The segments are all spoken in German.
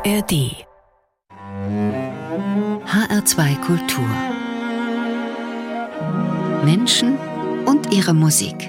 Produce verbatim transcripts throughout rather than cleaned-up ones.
R D H R zwei Kultur Menschen und ihre Musik.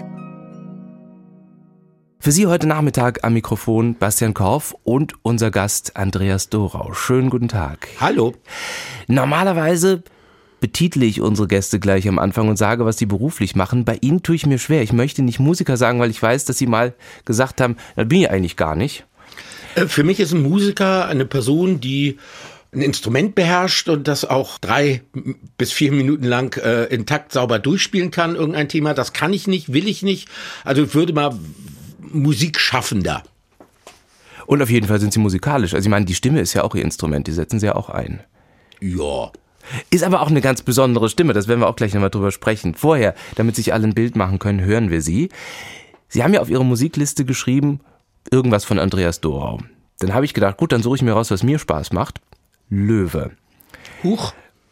Für Sie heute Nachmittag am Mikrofon Bastian Korf und unser Gast Andreas Dorau. Schönen guten Tag. Hallo. Normalerweise betitle ich unsere Gäste gleich am Anfang und sage, was sie beruflich machen. Bei Ihnen tue ich mir schwer. Ich möchte nicht Musiker sagen, weil ich weiß, dass Sie mal gesagt haben, das bin ich eigentlich gar nicht. Für mich ist ein Musiker eine Person, die ein Instrument beherrscht und das auch drei bis vier Minuten lang äh, in Takt sauber durchspielen kann, irgendein Thema. Das kann ich nicht, will ich nicht. Also ich würde mal Musikschaffender. Und auf jeden Fall sind Sie musikalisch. Also ich meine, die Stimme ist ja auch Ihr Instrument, die setzen Sie ja auch ein. Ja. Ist aber auch eine ganz besondere Stimme, das werden wir auch gleich nochmal drüber sprechen. Vorher, damit sich alle ein Bild machen können, hören wir Sie. Sie haben ja auf Ihre Musikliste geschrieben, irgendwas von Andreas Dorau. Dann habe ich gedacht, gut, dann suche ich mir raus, was mir Spaß macht. Löwe. Huch.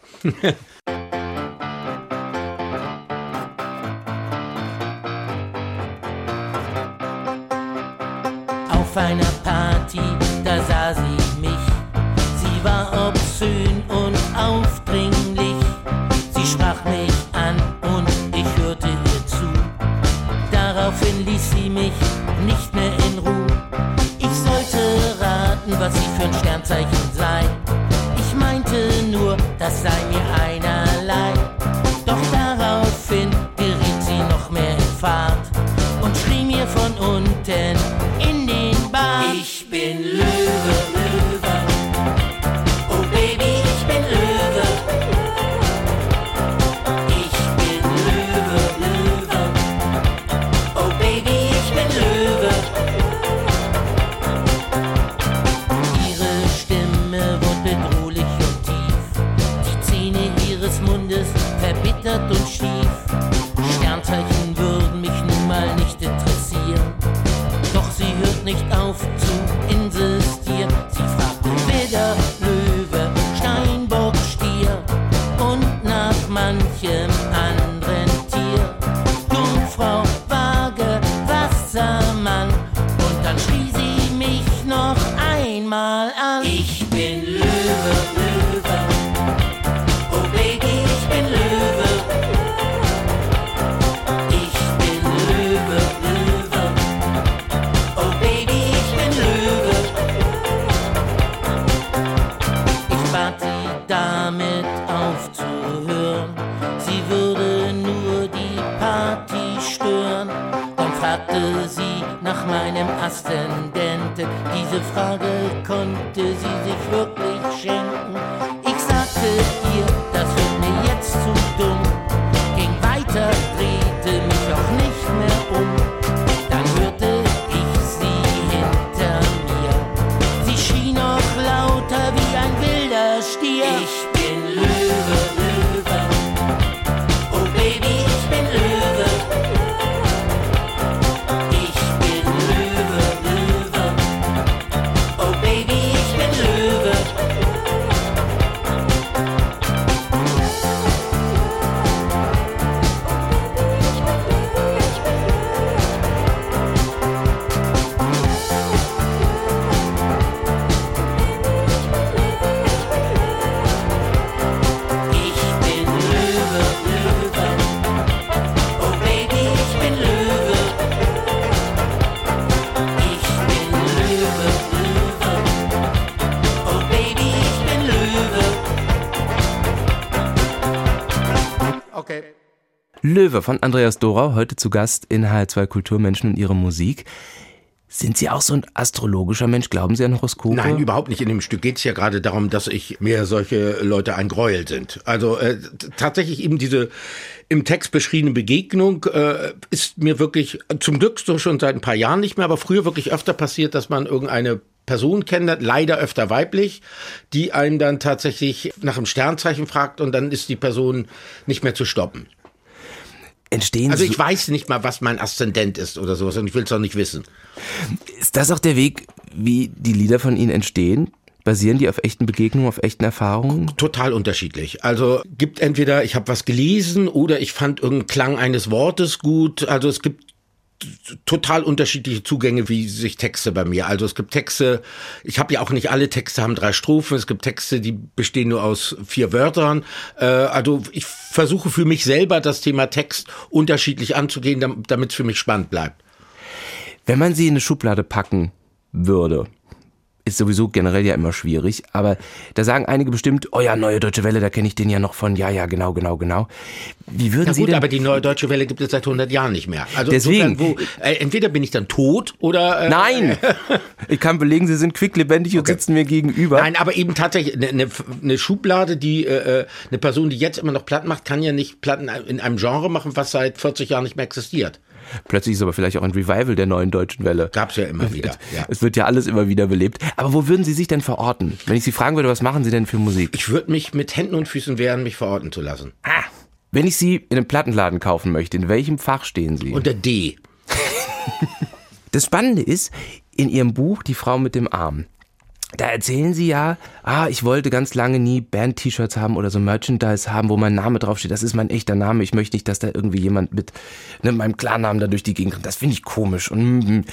Auf einer Party, da sah sie mich. Sie war obszön und aufdringlich. Sie sprach mich an und ich hörte ihr zu. Daraufhin ließ sie mich nicht mehr in Ruhe. Ich sollte raten, was sie für ein Sternzeichen sei. Ich meinte nur, das sei mir einerlei. Doch daraufhin geriet sie noch mehr in Fahrt und schrie mir von unten in den Bart: Ich bin Löwe, Löwe. Oh Baby, ich bin Löwe. Ich bin Löwe, Löwe. Oh Baby, ich bin Löwe. Ihre Stimme wurde bedrohlich und tief. Die Zähne ihres Mundes verbittert und schief. Sternzeichen würden mich nun mal nicht interessieren. Doch sie hört nicht auf zu insistieren. Sie fragte Widder, Löwe, Steinbock, Stier und nach manchem anderen Tier. Jungfrau, Waage, Wassermann. Und dann schrie sie mich noch einmal an: Ich bin Löwe, Löwe. Oh Baby, ich bin Löwe. Ich bin Löwe, Löwe. Oh Baby, ich bin Löwe. Ich bat sie damit aufzuhören. Sie würde nur die Party stören. Dann fragte sie nach meinem Aszendenten. Diese Frage konnte sie sich wirklich schenken. Ich sagte ihr, das wird mir jetzt zu dumm. Ging weiter, drehte mich auch nicht mehr um. Dann hörte ich sie hinter mir. Sie schrie noch lauter wie ein wilder Stier: Ich bin Löwe, Löwe. Oh Baby, ich bin Löwe. Ich bin Löwe, Löwe. Oh Baby, ich bin Löwe. Ich bin Löwe, Löwe. Oh Baby, ich bin Löwe. Ich bin Löwe, Löwe. Oh Baby, ich bin Löwe. Okay. Löwe von Andreas Dorau, heute zu Gast in H R zwei Kultur Menschen und ihre Musik. Sind Sie auch so ein astrologischer Mensch? Glauben Sie an Horoskope? Nein, überhaupt nicht. In dem Stück geht es ja gerade darum, dass ich mir solche Leute ein Gräuel sind. Also äh, t- tatsächlich eben diese im Text beschriebene Begegnung äh, ist mir wirklich zum Glück so schon seit ein paar Jahren nicht mehr, aber früher wirklich öfter passiert, dass man irgendeine Person kennenlernt, leider öfter weiblich, die einen dann tatsächlich nach einem Sternzeichen fragt und dann ist die Person nicht mehr zu stoppen. Entstehen Also so- ich weiß nicht mal, was mein Aszendent ist oder sowas und ich will es auch nicht wissen. Ist das auch der Weg, wie die Lieder von Ihnen entstehen? Basieren die auf echten Begegnungen, auf echten Erfahrungen? Total unterschiedlich. Also gibt entweder, ich habe was gelesen oder ich fand irgendeinen Klang eines Wortes gut. Also es gibt total unterschiedliche Zugänge, wie sich Texte bei mir. Also es gibt Texte, ich habe ja auch nicht alle Texte haben drei Strophen, es gibt Texte, die bestehen nur aus vier Wörtern. Äh, also ich versuche für mich selber das Thema Text unterschiedlich anzugehen, damit es für mich spannend bleibt. Wenn man sie in eine Schublade packen würde, ist sowieso generell ja immer schwierig, aber da sagen einige bestimmt, oh ja, Neue Deutsche Welle, da kenne ich den ja noch von, ja, ja, genau, genau, genau. Wie würden Na Sie gut, denn... aber die Neue Deutsche Welle gibt es seit hundert Jahren nicht mehr. Also deswegen... Insofern, wo, äh, entweder bin ich dann tot oder... Äh, Nein! Ich kann belegen, Sie sind quicklebendig und okay. sitzen mir gegenüber. Nein, aber eben tatsächlich eine, eine, eine Schublade, die äh, eine Person, die jetzt immer noch Platten macht, kann ja nicht Platten in einem Genre machen, was seit vierzig Jahren nicht mehr existiert. Plötzlich ist aber vielleicht auch ein Revival der Neuen Deutschen Welle. Gab's ja immer wieder. Ja. Es wird ja alles immer wieder belebt. Aber wo würden Sie sich denn verorten? Wenn ich Sie fragen würde, was machen Sie denn für Musik? Ich würde mich mit Händen und Füßen wehren, mich verorten zu lassen. Ah, wenn ich Sie in einem Plattenladen kaufen möchte, in welchem Fach stehen Sie? Unter D. Das Spannende ist, in Ihrem Buch Die Frau mit dem Arm, da erzählen Sie ja, ah, ich wollte ganz lange nie Band-T-Shirts haben oder so Merchandise haben, wo mein Name draufsteht. Das ist mein echter Name. Ich möchte nicht, dass da irgendwie jemand mit ne, meinem Klarnamen da durch die Gegend kommt. Das finde ich komisch. Und mm,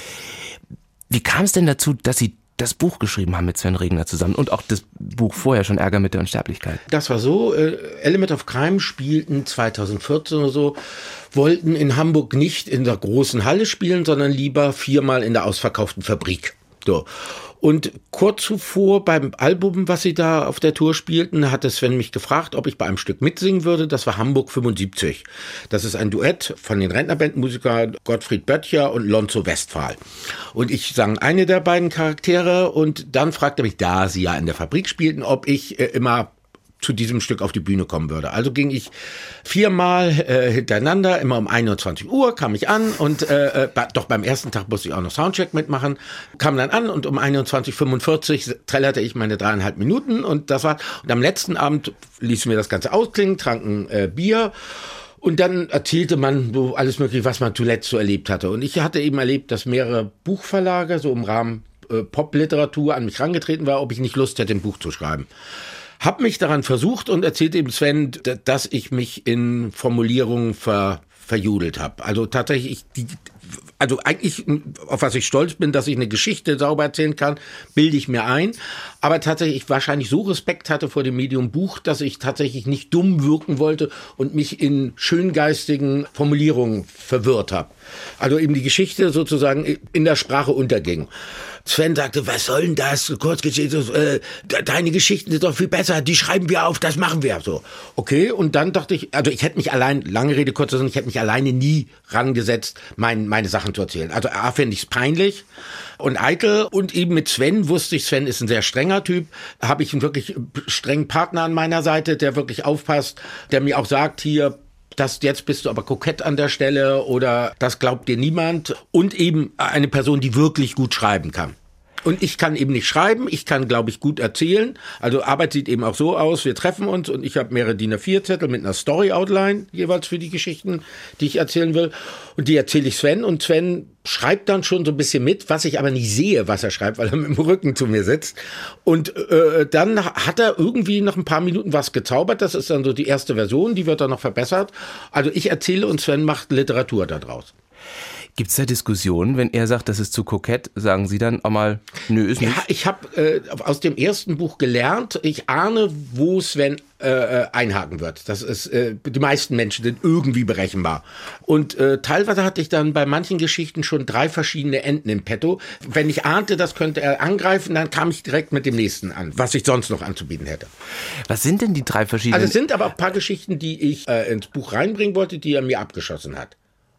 wie kam es denn dazu, dass Sie das Buch geschrieben haben mit Sven Regner zusammen und auch das Buch vorher schon Ärger mit der Unsterblichkeit? Das war so, äh, Element of Crime spielten zweitausendvierzehn oder so, wollten in Hamburg nicht in der großen Halle spielen, sondern lieber viermal in der ausverkauften Fabrik. So. Und kurz zuvor beim Album, was sie da auf der Tour spielten, hatte Sven mich gefragt, ob ich bei einem Stück mitsingen würde. Das war Hamburg fünfundsiebzig. Das ist ein Duett von den Rentnerbandmusikern Gottfried Böttcher und Lonzo Westphal. Und ich sang eine der beiden Charaktere und dann fragte er mich, da sie ja in der Fabrik spielten, ob ich äh, immer zu diesem Stück auf die Bühne kommen würde. Also ging ich viermal äh, hintereinander, immer um einundzwanzig Uhr kam ich an und äh, doch beim ersten Tag musste ich auch noch Soundcheck mitmachen, kam dann an und um einundzwanzig Uhr fünfundvierzig trällerte ich meine dreieinhalb Minuten und das war, und am letzten Abend ließen wir das Ganze ausklingen, tranken äh, Bier und dann erzählte man so alles mögliche, was man zuletzt so erlebt hatte. Und ich hatte eben erlebt, dass mehrere Buchverlage so im Rahmen äh, Popliteratur an mich herangetreten war, ob ich nicht Lust hätte, ein Buch zu schreiben. Hab mich daran versucht und erzählte eben Sven, dass ich mich in Formulierungen ver, verjudelt habe. Also tatsächlich, die, also eigentlich, auf was ich stolz bin, dass ich eine Geschichte sauber erzählen kann, bilde ich mir ein. Aber tatsächlich, ich wahrscheinlich so Respekt hatte vor dem Medium Buch, dass ich tatsächlich nicht dumm wirken wollte und mich in schöngeistigen Formulierungen verwirrt habe. Also eben die Geschichte sozusagen in der Sprache unterging. Sven sagte, was soll denn das? Kurzgeschichte, äh, deine Geschichten sind doch viel besser, die schreiben wir auf, das machen wir so. Okay, und dann dachte ich, also ich hätte mich allein, lange Rede, kurzer Sinn, ich hätte mich alleine nie rangesetzt, mein, meine Sachen zu erzählen. Also A, fände ich es peinlich und eitel und eben mit Sven wusste ich, Sven ist ein sehr strenger Typ, habe ich einen wirklich strengen Partner an meiner Seite, der wirklich aufpasst, der mir auch sagt, hier, das jetzt bist du aber kokett an der Stelle oder das glaubt dir niemand und eben eine Person, die wirklich gut schreiben kann. Und ich kann eben nicht schreiben, ich kann, glaube ich, gut erzählen. Also Arbeit sieht eben auch so aus, wir treffen uns und ich habe mehrere D I N A vier Zettel mit einer Story-Outline jeweils für die Geschichten, die ich erzählen will. Und die erzähle ich Sven und Sven schreibt dann schon so ein bisschen mit, was ich aber nicht sehe, was er schreibt, weil er mit dem Rücken zu mir sitzt. Und äh, dann hat er irgendwie nach ein paar Minuten was gezaubert. Das ist dann so die erste Version, die wird dann noch verbessert. Also ich erzähle und Sven macht Literatur daraus. Gibt es da Diskussionen, wenn er sagt, das ist zu kokett, sagen Sie dann auch mal, nö, ist nicht? Ja, ich habe äh, aus dem ersten Buch gelernt, ich ahne, wo Sven äh, einhaken wird. Das ist, äh, die meisten Menschen sind irgendwie berechenbar. Und äh, teilweise hatte ich dann bei manchen Geschichten schon drei verschiedene Enden im Petto. Wenn ich ahnte, das könnte er angreifen, dann kam ich direkt mit dem nächsten an, was ich sonst noch anzubieten hätte. Was sind denn die drei verschiedenen? Also es sind aber ein paar Geschichten, die ich äh, ins Buch reinbringen wollte, die er mir abgeschossen hat.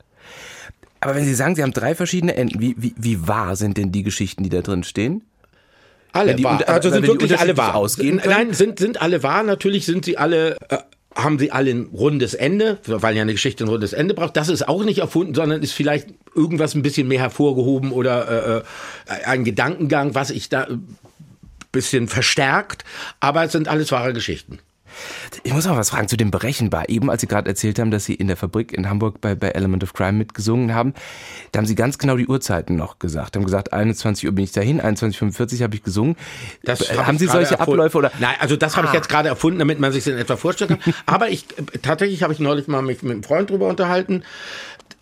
Aber wenn Sie sagen, Sie haben drei verschiedene Enden, wie, wie, wie wahr sind denn die Geschichten, die da drin stehen? Alle die, wahr. Also sind wirklich alle wahr. Ausgehen Nein, sind, sind alle wahr. Natürlich sind sie alle, äh, haben sie alle ein rundes Ende, weil ja eine Geschichte ein rundes Ende braucht. Das ist auch nicht erfunden, sondern ist vielleicht irgendwas ein bisschen mehr hervorgehoben oder äh, ein Gedankengang, was ich da ein bisschen verstärkt. Aber es sind alles wahre Geschichten. Ich muss mal was fragen zu dem Berechenbar. Eben, als Sie gerade erzählt haben, dass Sie in der Fabrik in Hamburg bei, bei Element of Crime mitgesungen haben, da haben Sie ganz genau die Uhrzeiten noch gesagt. Haben gesagt, einundzwanzig Uhr bin ich dahin, einundzwanzig Uhr fünfundvierzig habe ich gesungen. Das haben hab Sie solche erfunden. Abläufe? Oder? Nein, also das habe ah. ich jetzt gerade erfunden, damit man sich das in etwa vorstellen kann. Aber ich tatsächlich habe ich neulich mal mich mit einem Freund drüber unterhalten.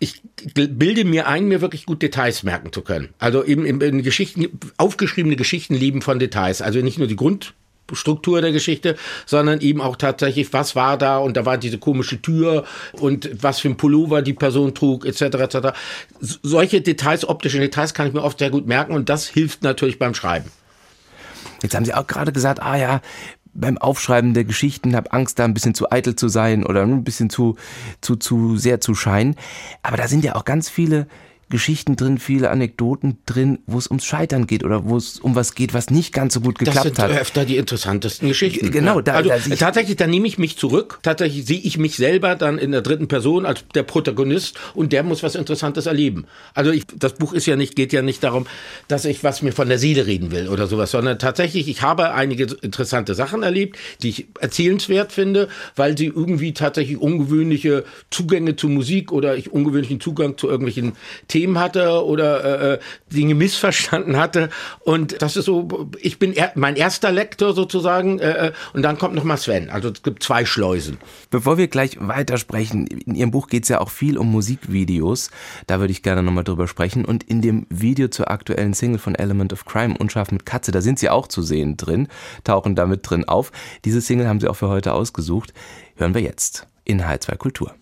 ich bilde mir ein, mir wirklich gut Details merken zu können. Also eben in, in Geschichten, aufgeschriebene Geschichten leben von Details. Also nicht nur die Grundstruktur der Geschichte, sondern eben auch tatsächlich, was war da und da war diese komische Tür und was für ein Pullover die Person trug, et cetera et cetera. Solche Details, optische Details kann ich mir oft sehr gut merken und das hilft natürlich beim Schreiben. Jetzt haben Sie auch gerade gesagt, ah ja, beim Aufschreiben der Geschichten habe Angst, da ein bisschen zu eitel zu sein oder ein bisschen zu, zu, zu sehr zu scheinen. Aber da sind ja auch ganz viele Geschichten drin, viele Anekdoten drin, wo es ums Scheitern geht oder wo es um was geht, was nicht ganz so gut geklappt hat. Das sind öfter die interessantesten Geschichten. Genau. Da, also da tatsächlich, da nehme ich mich zurück. Tatsächlich sehe ich mich selber dann in der dritten Person als der Protagonist und der muss was Interessantes erleben. Also ich, das Buch ist ja nicht, geht ja nicht darum, dass ich was mir von der Seele reden will oder sowas, sondern tatsächlich, ich habe einige interessante Sachen erlebt, die ich erzählenswert finde, weil sie irgendwie tatsächlich ungewöhnliche Zugänge zu Musik oder ich ungewöhnlichen Zugang zu irgendwelchen Themen hatte oder äh, Dinge missverstanden hatte und das ist so, ich bin er, mein erster Lektor sozusagen äh, und dann kommt noch mal Sven, also es gibt zwei Schleusen. Bevor wir gleich weitersprechen, in Ihrem Buch geht es ja auch viel um Musikvideos, da würde ich gerne nochmal drüber sprechen und in dem Video zur aktuellen Single von Element of Crime, Unscharf mit Katze, da sind Sie auch zu sehen drin, tauchen damit drin auf. Diese Single haben Sie auch für heute ausgesucht, hören wir jetzt in H R zwei Kultur.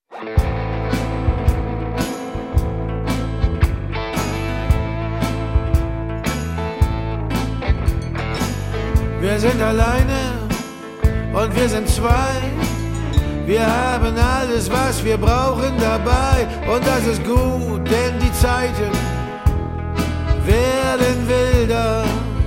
Wir sind alleine und wir sind zwei. Wir haben alles, was wir brauchen dabei. Und das ist gut, denn die Zeiten werden wilder.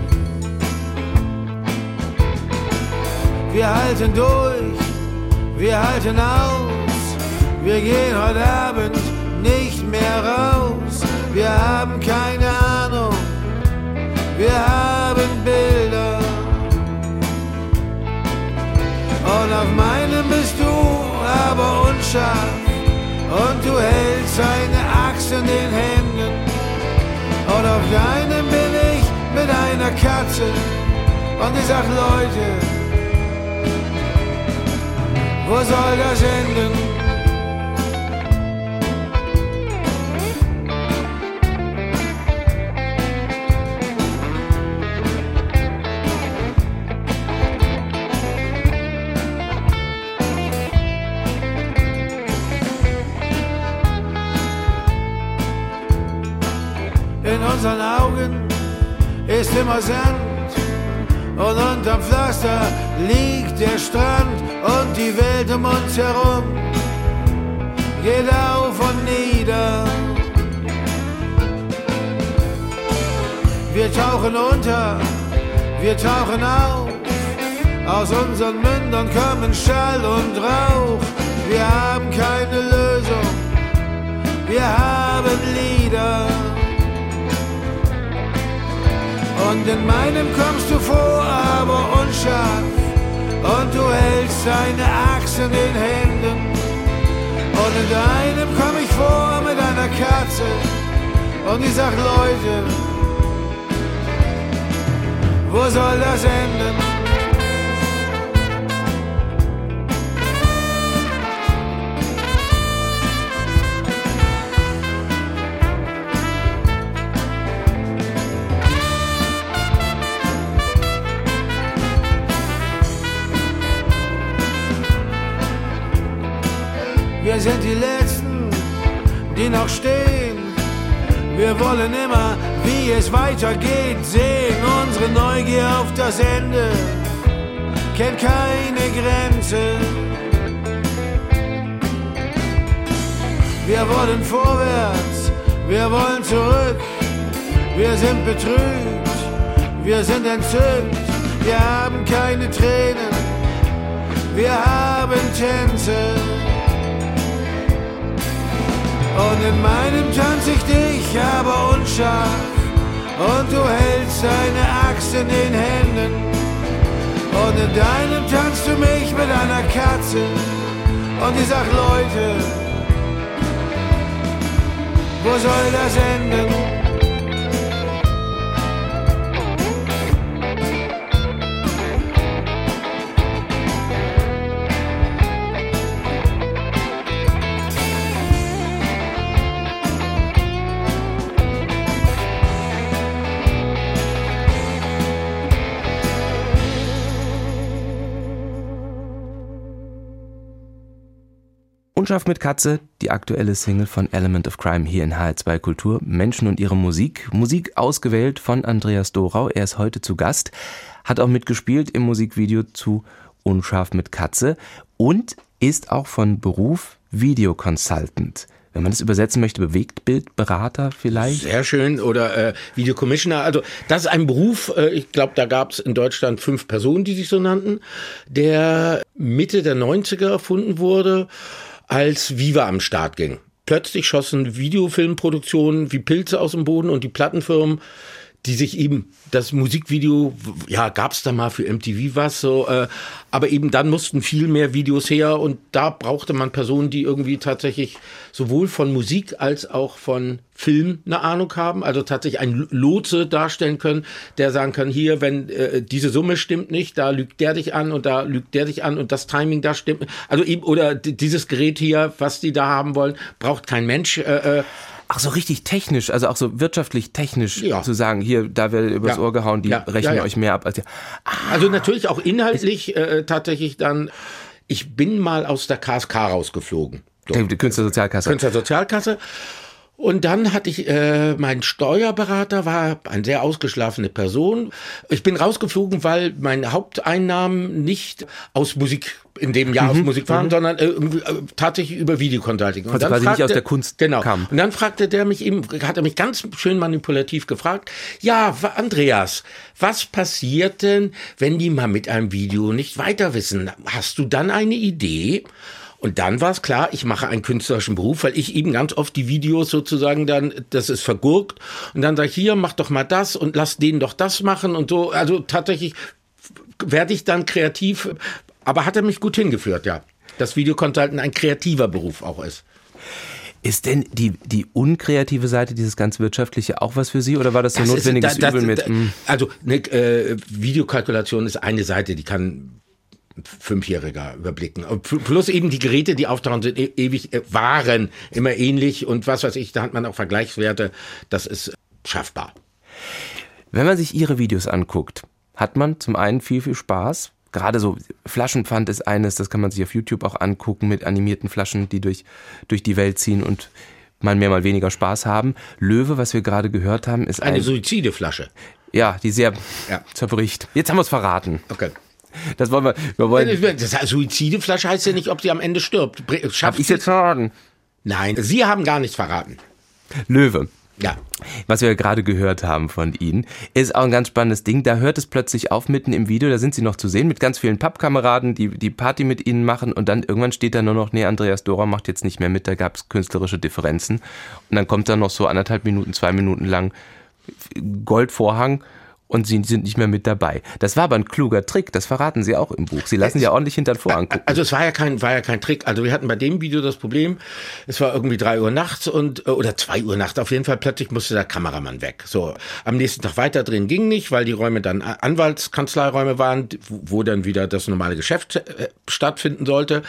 Wir halten durch, wir halten aus. Wir gehen heute Abend nicht mehr raus. Wir haben keine Ahnung, wir haben Bilder. Und auf meinem bist du aber unscharf und du hältst eine Axt in den Händen. Und auf deinem bin ich mit einer Katze und ich sag Leute, wo soll das enden? In unseren Augen ist immer Sand und unterm Pflaster liegt der Strand und die Welt um uns herum geht auf und nieder. Wir tauchen unter, wir tauchen auf, aus unseren Mündern kommen Schall und Rauch. Wir haben keine Lösung, wir haben Lieder. Und in meinem kommst du vor, aber unscharf. Und du hältst deine Axt in den Händen. Und in deinem komm ich vor mit einer Katze. Und ich sag Leute, wo soll das enden? Wir sind die Letzten, die noch stehen. Wir wollen immer, wie es weitergeht, sehen. Unsere Neugier auf das Ende kennt keine Grenze. Wir wollen vorwärts, wir wollen zurück. Wir sind betrübt, wir sind entzückt. Wir haben keine Tränen, wir haben Tänze. Und in meinem tanz ich dich, aber unscharf. Und du hältst deine Axt in den Händen. Und in deinem tanzt du mich mit einer Katze. Und ich sag Leute, wo soll das enden? Unscharf mit Katze, die aktuelle Single von Element of Crime hier in H R zwei Kultur. Menschen und ihre Musik. Musik ausgewählt von Andreas Dorau. Er ist heute zu Gast, hat auch mitgespielt im Musikvideo zu Unscharf mit Katze und ist auch von Beruf Videoconsultant. Wenn man das übersetzen möchte, Bewegtbildberater vielleicht? Sehr schön. Oder äh, Videocommissioner. Also das ist ein Beruf, äh, ich glaube, da gab es in Deutschland fünf Personen, die sich so nannten, der Mitte der neunziger erfunden wurde, als Viva am Start ging. Plötzlich schossen Videofilmproduktionen wie Pilze aus dem Boden und die Plattenfirmen, die sich eben das Musikvideo, ja, gab's da mal für M T V was, so, äh, aber eben dann mussten viel mehr Videos her und da brauchte man Personen, die irgendwie tatsächlich sowohl von Musik als auch von Film eine Ahnung haben, also tatsächlich einen Lotse darstellen können, der sagen kann, hier, wenn äh, diese Summe stimmt nicht, da lügt der dich an und da lügt der dich an und das Timing da stimmt, also eben, oder d- dieses Gerät hier, was die da haben wollen, braucht kein Mensch, äh, Ach so, richtig technisch, also auch so wirtschaftlich technisch Ja. zu sagen, hier, da wird übers Ja. Ohr gehauen, die Ja. rechnen Ja, ja. euch mehr ab als ihr. Ah, Also natürlich auch inhaltlich äh, tatsächlich dann, ich bin mal aus der K S K rausgeflogen. So. die Künstlersozialkasse. Künstlersozialkasse. Und dann hatte ich, äh, mein Steuerberater war eine sehr ausgeschlafene Person. Ich bin rausgeflogen, weil meine Haupteinnahmen nicht aus Musik, in dem Jahr aus Musik waren, mhm. sondern äh, irgendwie, äh, tatsächlich über Videoconsulting. Und Also quasi nicht aus der Kunst genau. kam. Und dann fragte der mich eben, hat er mich ganz schön manipulativ gefragt, ja, Andreas, was passiert denn, wenn die mal mit einem Video nicht weiter wissen? Hast du dann eine Idee? Und dann war es klar, ich mache einen künstlerischen Beruf, weil ich eben ganz oft die Videos sozusagen dann, das ist vergurkt. Und dann sage ich, hier, mach doch mal das und lass denen doch das machen und so. Also tatsächlich werde ich dann kreativ, aber hat er mich gut hingeführt, ja. Dass Videoconsultant ein kreativer Beruf auch ist. Ist denn die, die unkreative Seite, dieses ganz wirtschaftliche, auch was für Sie? Oder war das so Das notwendiges ist, da, Übel das, mit? Da, mh. also eine äh, Videokalkulation ist eine Seite, die kann Fünfjähriger überblicken. Plus eben die Geräte, die auftauchen, sind e- ewig, äh, waren immer ähnlich und was weiß ich, da hat man auch Vergleichswerte. Das ist schaffbar. Wenn man sich Ihre Videos anguckt, hat man zum einen viel, viel Spaß. Gerade so Flaschenpfand ist eines, das kann man sich auf YouTube auch angucken mit animierten Flaschen, die durch, durch die Welt ziehen und mal mehr, mal weniger Spaß haben. Löwe, was wir gerade gehört haben, ist Eine ein, Suizideflasche. ja, die sehr Ja. zerbricht. Jetzt haben wir es verraten. Okay. Das wollen wir, wir wollen, Das heißt, Suizideflasche heißt ja nicht, ob sie am Ende stirbt. Schafft hab ich sie- jetzt verraten? Nein, Sie haben gar nichts verraten. Löwe. Ja. Was wir gerade gehört haben von Ihnen, ist auch ein ganz spannendes Ding. Da hört es plötzlich auf mitten im Video, da sind Sie noch zu sehen mit ganz vielen Pappkameraden, die die Party mit Ihnen machen und dann irgendwann steht da nur noch, nee, Andreas Dorau macht jetzt nicht mehr mit, da gab es künstlerische Differenzen. Und dann kommt da noch so anderthalb Minuten, zwei Minuten lang Goldvorhang und Sie sind nicht mehr mit dabei. Das war aber ein kluger Trick, das verraten Sie auch im Buch. Sie lassen ja ordentlich hinter den Vorhang gucken. Also es war ja kein, war ja kein Trick. Also wir hatten bei dem Video das Problem, es war irgendwie drei Uhr nachts und, oder zwei Uhr nachts auf jeden Fall, plötzlich musste der Kameramann weg. So, am nächsten Tag weiter drehen ging nicht, weil die Räume dann Anwaltskanzleiräume waren, wo dann wieder das normale Geschäft äh, stattfinden sollte.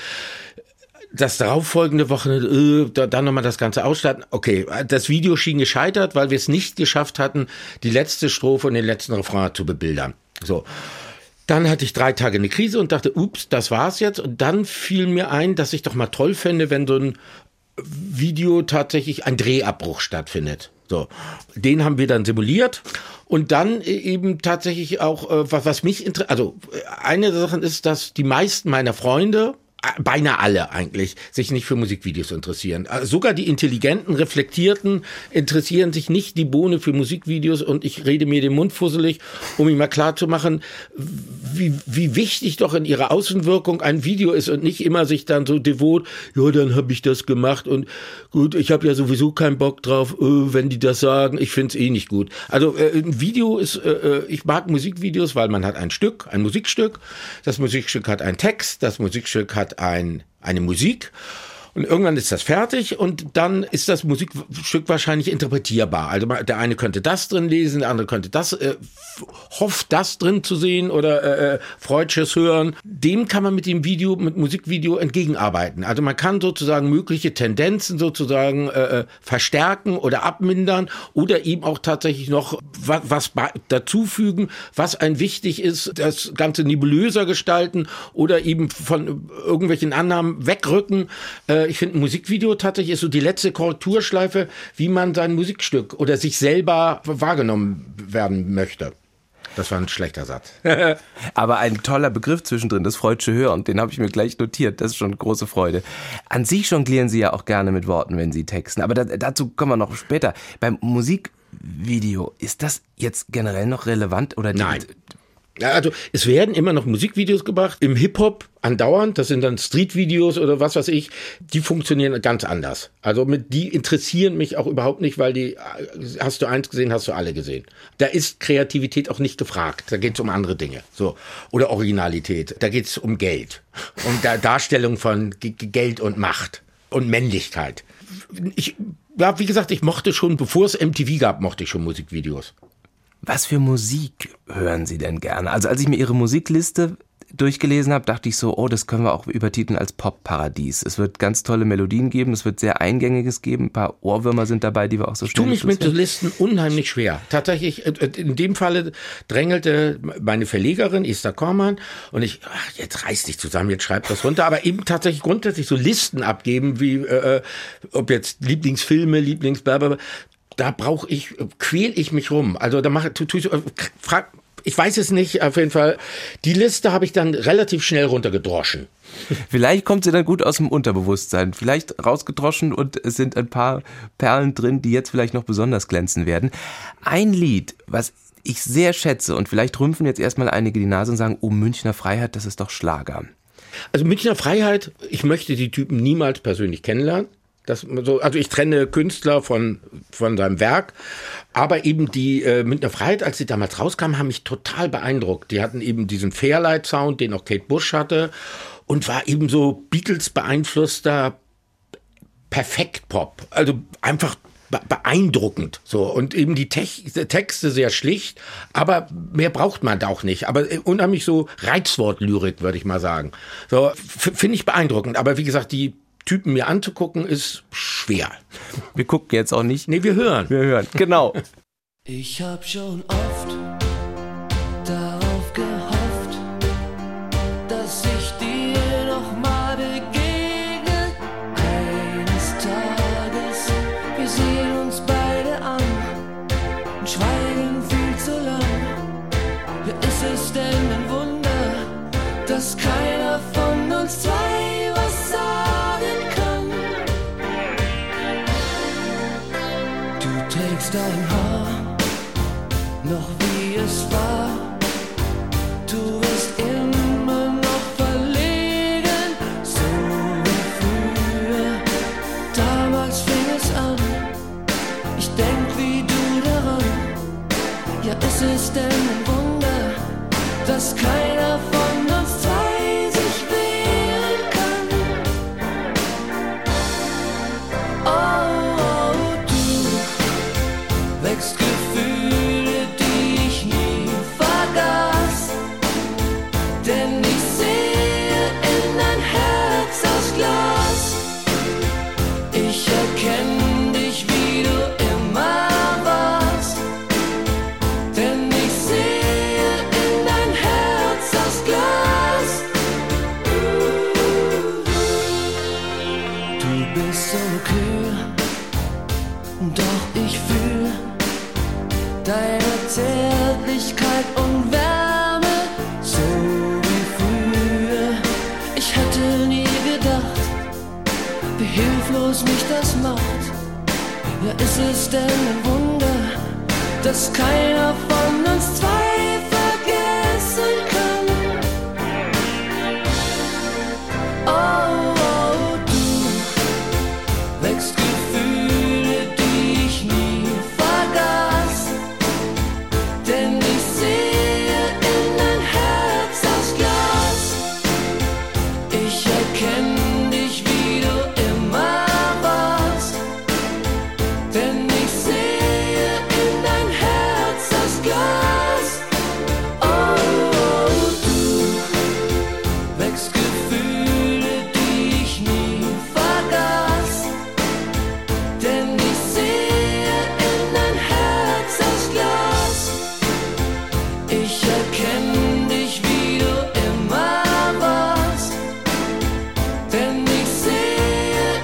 Das darauffolgende Wochenende, äh, da, dann nochmal das Ganze ausstatten. Okay, das Video schien gescheitert, weil wir es nicht geschafft hatten, die letzte Strophe und den letzten Refrain zu bebildern. So. Dann hatte ich drei Tage eine Krise und dachte, ups, das war's jetzt. Und dann fiel mir ein, dass ich doch mal toll fände, wenn so ein Video tatsächlich ein Drehabbruch stattfindet. So, den haben wir dann simuliert und dann eben tatsächlich auch, äh, was, was mich interessiert, also eine der Sachen ist, dass die meisten meiner Freunde, beinahe alle eigentlich, sich nicht für Musikvideos interessieren. Also sogar die intelligenten, reflektierten interessieren sich nicht die Bohne für Musikvideos und ich rede mir den Mund fusselig, um ihm mal klarzumachen, wie, wie wichtig doch in ihrer Außenwirkung ein Video ist und nicht immer sich dann so devot, ja, dann habe ich das gemacht und gut, ich habe ja sowieso keinen Bock drauf, äh, wenn die das sagen, ich find's eh nicht gut. Also äh, ein Video ist, äh, ich mag Musikvideos, weil man hat ein Stück, ein Musikstück, das Musikstück hat einen Text, das Musikstück hat ein, eine Musik und irgendwann ist das fertig und dann ist das Musikstück wahrscheinlich interpretierbar. Also der eine könnte das drin lesen, der andere könnte das, äh, hofft das drin zu sehen oder äh, Freudsches hören. Dem kann man mit dem Video, mit Musikvideo entgegenarbeiten. Also man kann sozusagen mögliche Tendenzen sozusagen äh, verstärken oder abmindern oder eben auch tatsächlich noch was, was dazufügen, was einem wichtig ist, das Ganze nebulöser gestalten oder eben von irgendwelchen Annahmen wegrücken, äh, äh, ich finde, ein Musikvideo tatsächlich ist so die letzte Korrekturschleife, wie man sein Musikstück oder sich selber wahrgenommen werden möchte. Das war ein schlechter Satz. Aber ein toller Begriff zwischendrin, das Freudsche Hören, den habe ich mir gleich notiert, das ist schon eine große Freude. An sich jonglieren Sie ja auch gerne mit Worten, wenn Sie texten, aber da, dazu kommen wir noch später. Beim Musikvideo, ist das jetzt generell noch relevant? Oder Nein. Ja, also es werden immer noch Musikvideos gemacht, im Hip-Hop andauernd, das sind dann Street-Videos oder was weiß ich, die funktionieren ganz anders. Also mit die interessieren mich auch überhaupt nicht, weil die, hast du eins gesehen, hast du alle gesehen. Da ist Kreativität auch nicht gefragt, da geht es um andere Dinge. So. Oder Originalität, da geht es um Geld, um der Darstellung von G- Geld und Macht und Männlichkeit. Ich, ja, wie gesagt, ich mochte schon, bevor es M T V gab, mochte ich schon Musikvideos. Was für Musik hören Sie denn gerne? Also als ich mir Ihre Musikliste durchgelesen habe, dachte ich so, oh, das können wir auch übertiteln als Pop-Paradies. Es wird ganz tolle Melodien geben, es wird sehr Eingängiges geben, ein paar Ohrwürmer sind dabei, die wir auch so Ich tue schnell mich mit den Listen unheimlich schwer. Tatsächlich, in dem Falle drängelte meine Verlegerin Esther Kormann und ich, ach, jetzt reiß dich zusammen, jetzt schreib das runter, aber eben tatsächlich grundsätzlich so Listen abgeben, wie äh, ob jetzt Lieblingsfilme, Lieblingsblablabla. Da brauche ich, quäl ich mich rum. Also da mache tu, tu, frag, ich weiß es nicht, auf jeden Fall. Die Liste habe ich dann relativ schnell runtergedroschen. Vielleicht kommt sie dann gut aus dem Unterbewusstsein. Vielleicht rausgedroschen und es sind ein paar Perlen drin, die jetzt vielleicht noch besonders glänzen werden. Ein Lied, was ich sehr schätze und vielleicht rümpfen jetzt erstmal einige die Nase und sagen, oh, Münchner Freiheit, das ist doch Schlager. Also Münchner Freiheit, ich möchte die Typen niemals persönlich kennenlernen. Das so, also ich trenne Künstler von, von seinem Werk, aber eben die äh, Münchner Freiheit, als sie damals rauskamen, haben mich total beeindruckt. Die hatten eben diesen Fairlight-Sound, den auch Kate Bush hatte und war eben so Beatles beeinflusster Perfekt-Pop. Also einfach be- beeindruckend. So. Und eben die Te- Texte sehr schlicht, aber mehr braucht man da auch nicht. Aber unheimlich so Reizwortlyrik, würde ich mal sagen. So, f- finde ich beeindruckend. Aber wie gesagt, die Typen mir anzugucken, ist schwer. Wir gucken jetzt auch nicht. Nee, wir hören. Wir hören, genau. Ich hab schon oft darauf gehofft, dass ich dir noch mal begegne. Eines Tages, wir sehen uns beide an und schweigen viel zu lang. Ja, ist es denn ein Wunder, dass keiner von uns zwei was sagen kann? Du trägst dein Haar noch wie es war. Du wirst immer noch verlegen, so wie früher. Damals fing es an, ich denk wie du daran. Ja, ist es denn ein Wunder, dass keiner von uns zwei sich wehren kann? Oh, oh, du wächst Gefühle, die ich nie vergaß. Denn ich sehe in dein Herz aus Glas. Ich erkenn dich, wie du immer warst. Denn ich sehe in dein Herz aus Glas. Du bist so kühl, doch ich fühl deine Zärtlichkeit und Wärme, so wie früher. Ich hätte nie gedacht, wie hilflos mich das macht. Ja, ist es denn ein Wunder, dass keiner von uns zwei vergessen kann? Oh, oh, du wächst Gefühle, die ich nie vergaß. Denn ich sehe in dein Herz aus Glas. Ich erkenn dich, wie du immer warst. Denn ich sehe in dein Herz aus Glas. Oh, oh, du wächst Gefühle, die ich nie vergaß. Denn ich sehe in dein Herz aus Glas. Ich erkenn dich, wie du immer warst. Denn ich sehe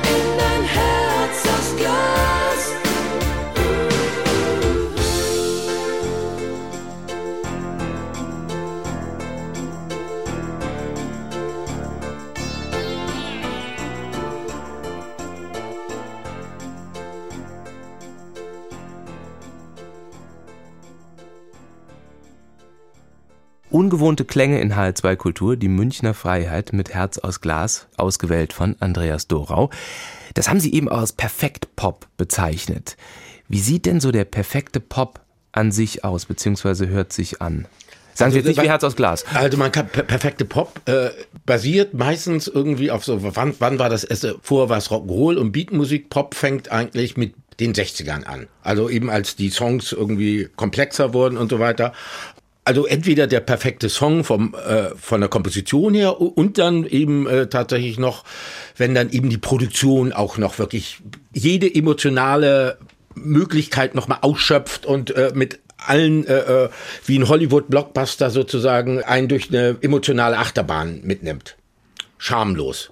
Ungewohnte Klänge in H L zwei Kultur, die Münchner Freiheit mit Herz aus Glas, ausgewählt von Andreas Dorau. Das haben Sie eben auch als Perfekt-Pop bezeichnet. Wie sieht denn so der perfekte Pop an sich aus, beziehungsweise hört sich an? Sagen Sie jetzt nicht wie Herz aus Glas. Also man kann, perfekte Pop äh, basiert meistens irgendwie auf so, wann, wann war das erste, vor was Rock'n'Roll und Beatmusik. Pop fängt eigentlich mit den sechzigern an. Also eben als die Songs irgendwie komplexer wurden und so weiter. Also entweder der perfekte Song vom äh, von der Komposition her und dann eben äh, tatsächlich noch, wenn dann eben die Produktion auch noch wirklich jede emotionale Möglichkeit nochmal ausschöpft und äh, mit allen, äh, äh, wie ein Hollywood-Blockbuster sozusagen, einen durch eine emotionale Achterbahn mitnimmt. Schamlos.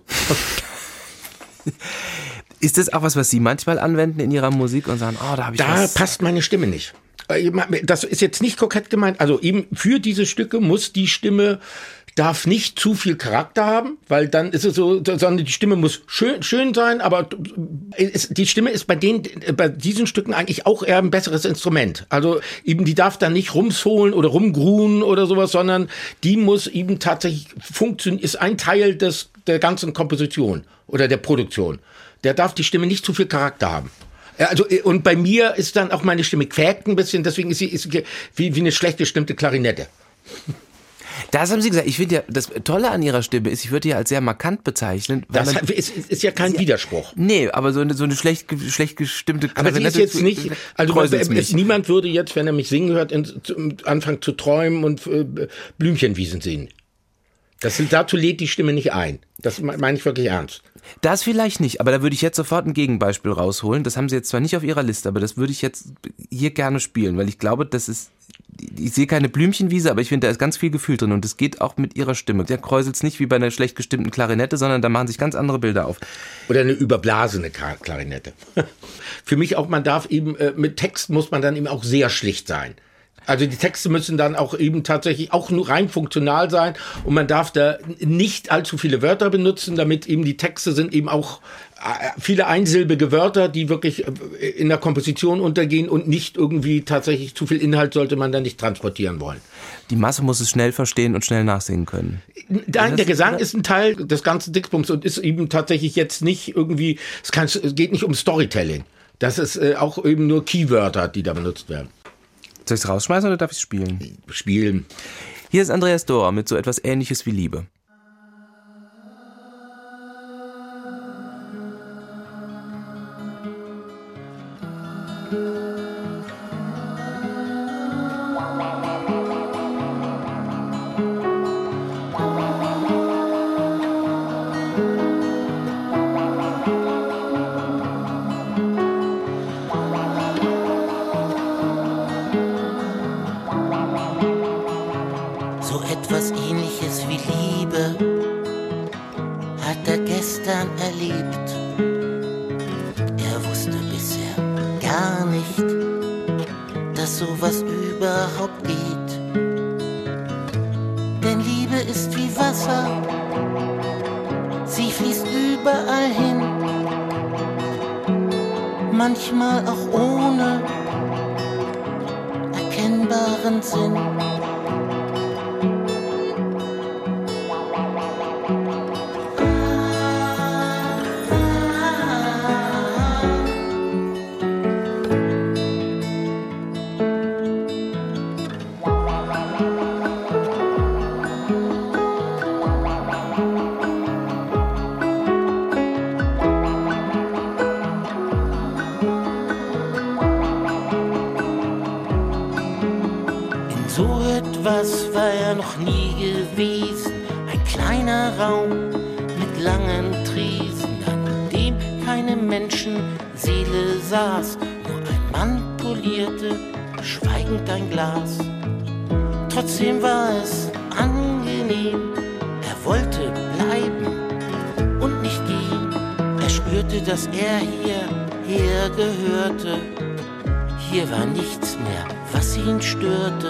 Ist das auch was, was Sie manchmal anwenden in Ihrer Musik und sagen, oh, da habe ich Da was... passt meine Stimme nicht. Das ist jetzt nicht kokett gemeint. Also eben für diese Stücke muss die Stimme, darf nicht zu viel Charakter haben, weil dann ist es so, sondern die Stimme muss schön, schön sein, aber es, die Stimme ist bei den, bei diesen Stücken eigentlich auch eher ein besseres Instrument. Also eben, die darf dann nicht rumsohlen oder rumgruen oder sowas, sondern die muss eben tatsächlich funktionieren, ist ein Teil des, der ganzen Komposition oder der Produktion. Der darf die Stimme nicht zu viel Charakter haben. Also, und bei mir ist dann auch meine Stimme quäkt ein bisschen, deswegen ist sie ist wie, wie eine schlecht gestimmte Klarinette. Das haben Sie gesagt. Ich finde ja, das Tolle an Ihrer Stimme ist, ich würde die als sehr markant bezeichnen. Weil Das man, ist, ist ja kein ja, Widerspruch. Nee, aber so eine, so eine schlecht, schlecht gestimmte Aber Klarinette. sie ist jetzt nicht, also kräuselt's es, mich. niemand würde jetzt, wenn er mich singen hört, in, zu, anfangen zu träumen und äh, Blümchenwiesen singen. Das, dazu lädt die Stimme nicht ein. Das meine ich wirklich ernst. Das vielleicht nicht, aber da würde ich jetzt sofort ein Gegenbeispiel rausholen. Das haben Sie jetzt zwar nicht auf Ihrer Liste, aber das würde ich jetzt hier gerne spielen, weil ich glaube, das ist, ich sehe keine Blümchenwiese, aber ich finde, da ist ganz viel Gefühl drin und das geht auch mit Ihrer Stimme. Der kräuselt's nicht wie bei einer schlecht gestimmten Klarinette, sondern da machen sich ganz andere Bilder auf. Oder eine überblasene Klarinette. Für mich auch, man darf eben, äh, mit Text muss man dann eben auch sehr schlicht sein. Also die Texte müssen dann auch eben tatsächlich auch nur rein funktional sein und man darf da nicht allzu viele Wörter benutzen, damit eben die Texte sind eben auch viele einsilbige Wörter, die wirklich in der Komposition untergehen und nicht irgendwie tatsächlich zu viel Inhalt sollte man da nicht transportieren wollen. Die Masse muss es schnell verstehen und schnell nachsingen können. Nein, der Gesang ist ein Teil des ganzen Dickbums und ist eben tatsächlich jetzt nicht irgendwie, es, kann, es geht nicht um Storytelling. Das ist äh, auch eben nur Keywörter, die da benutzt werden. Soll ich es rausschmeißen oder darf ich es spielen? Spielen. Hier ist Andreas Dorau mit so etwas Ähnliches wie Liebe. So etwas Ähnliches wie Liebe hat er gestern erlebt. Er wusste bisher gar nicht, dass sowas überhaupt geht. Denn Liebe ist wie Wasser, sie fließt überall hin. Manchmal auch ohne erkennbaren Sinn. So etwas war er noch nie gewesen. Ein kleiner Raum mit langen Tresen, an dem keine Menschenseele saß. Nur ein Mann polierte schweigend ein Glas. Trotzdem war es angenehm. Er wollte bleiben und nicht gehen. Er spürte, dass er hierher gehörte. Hier war nichts mehr, was ihn störte.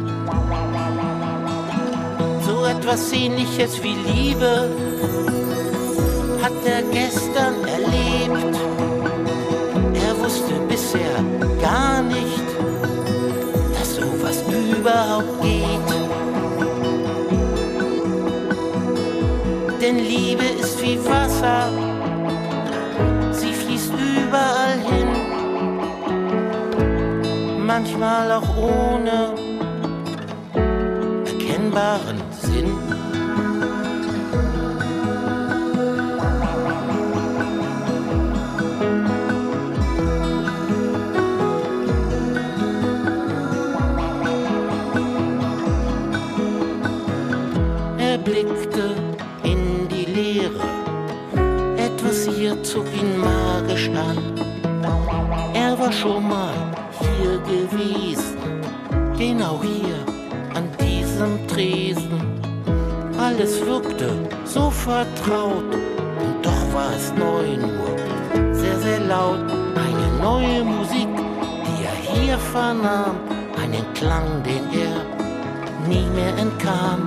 So etwas Ähnliches wie Liebe hat er gestern erlebt. Er wusste bisher gar nicht, dass sowas überhaupt geht. denn Liebe ist wie Wasser, sie fließt überall hin, manchmal auch ohne erkennbaren Sinn. Er blickte in die Leere, etwas hier zog ihn magisch an. Er war schon mal hier gewesen, genau hier an diesem Tresen. Alles wirkte so vertraut und doch war es neu, nur sehr, sehr laut. Eine neue Musik, die er hier vernahm, einen Klang, den er nie mehr entkam.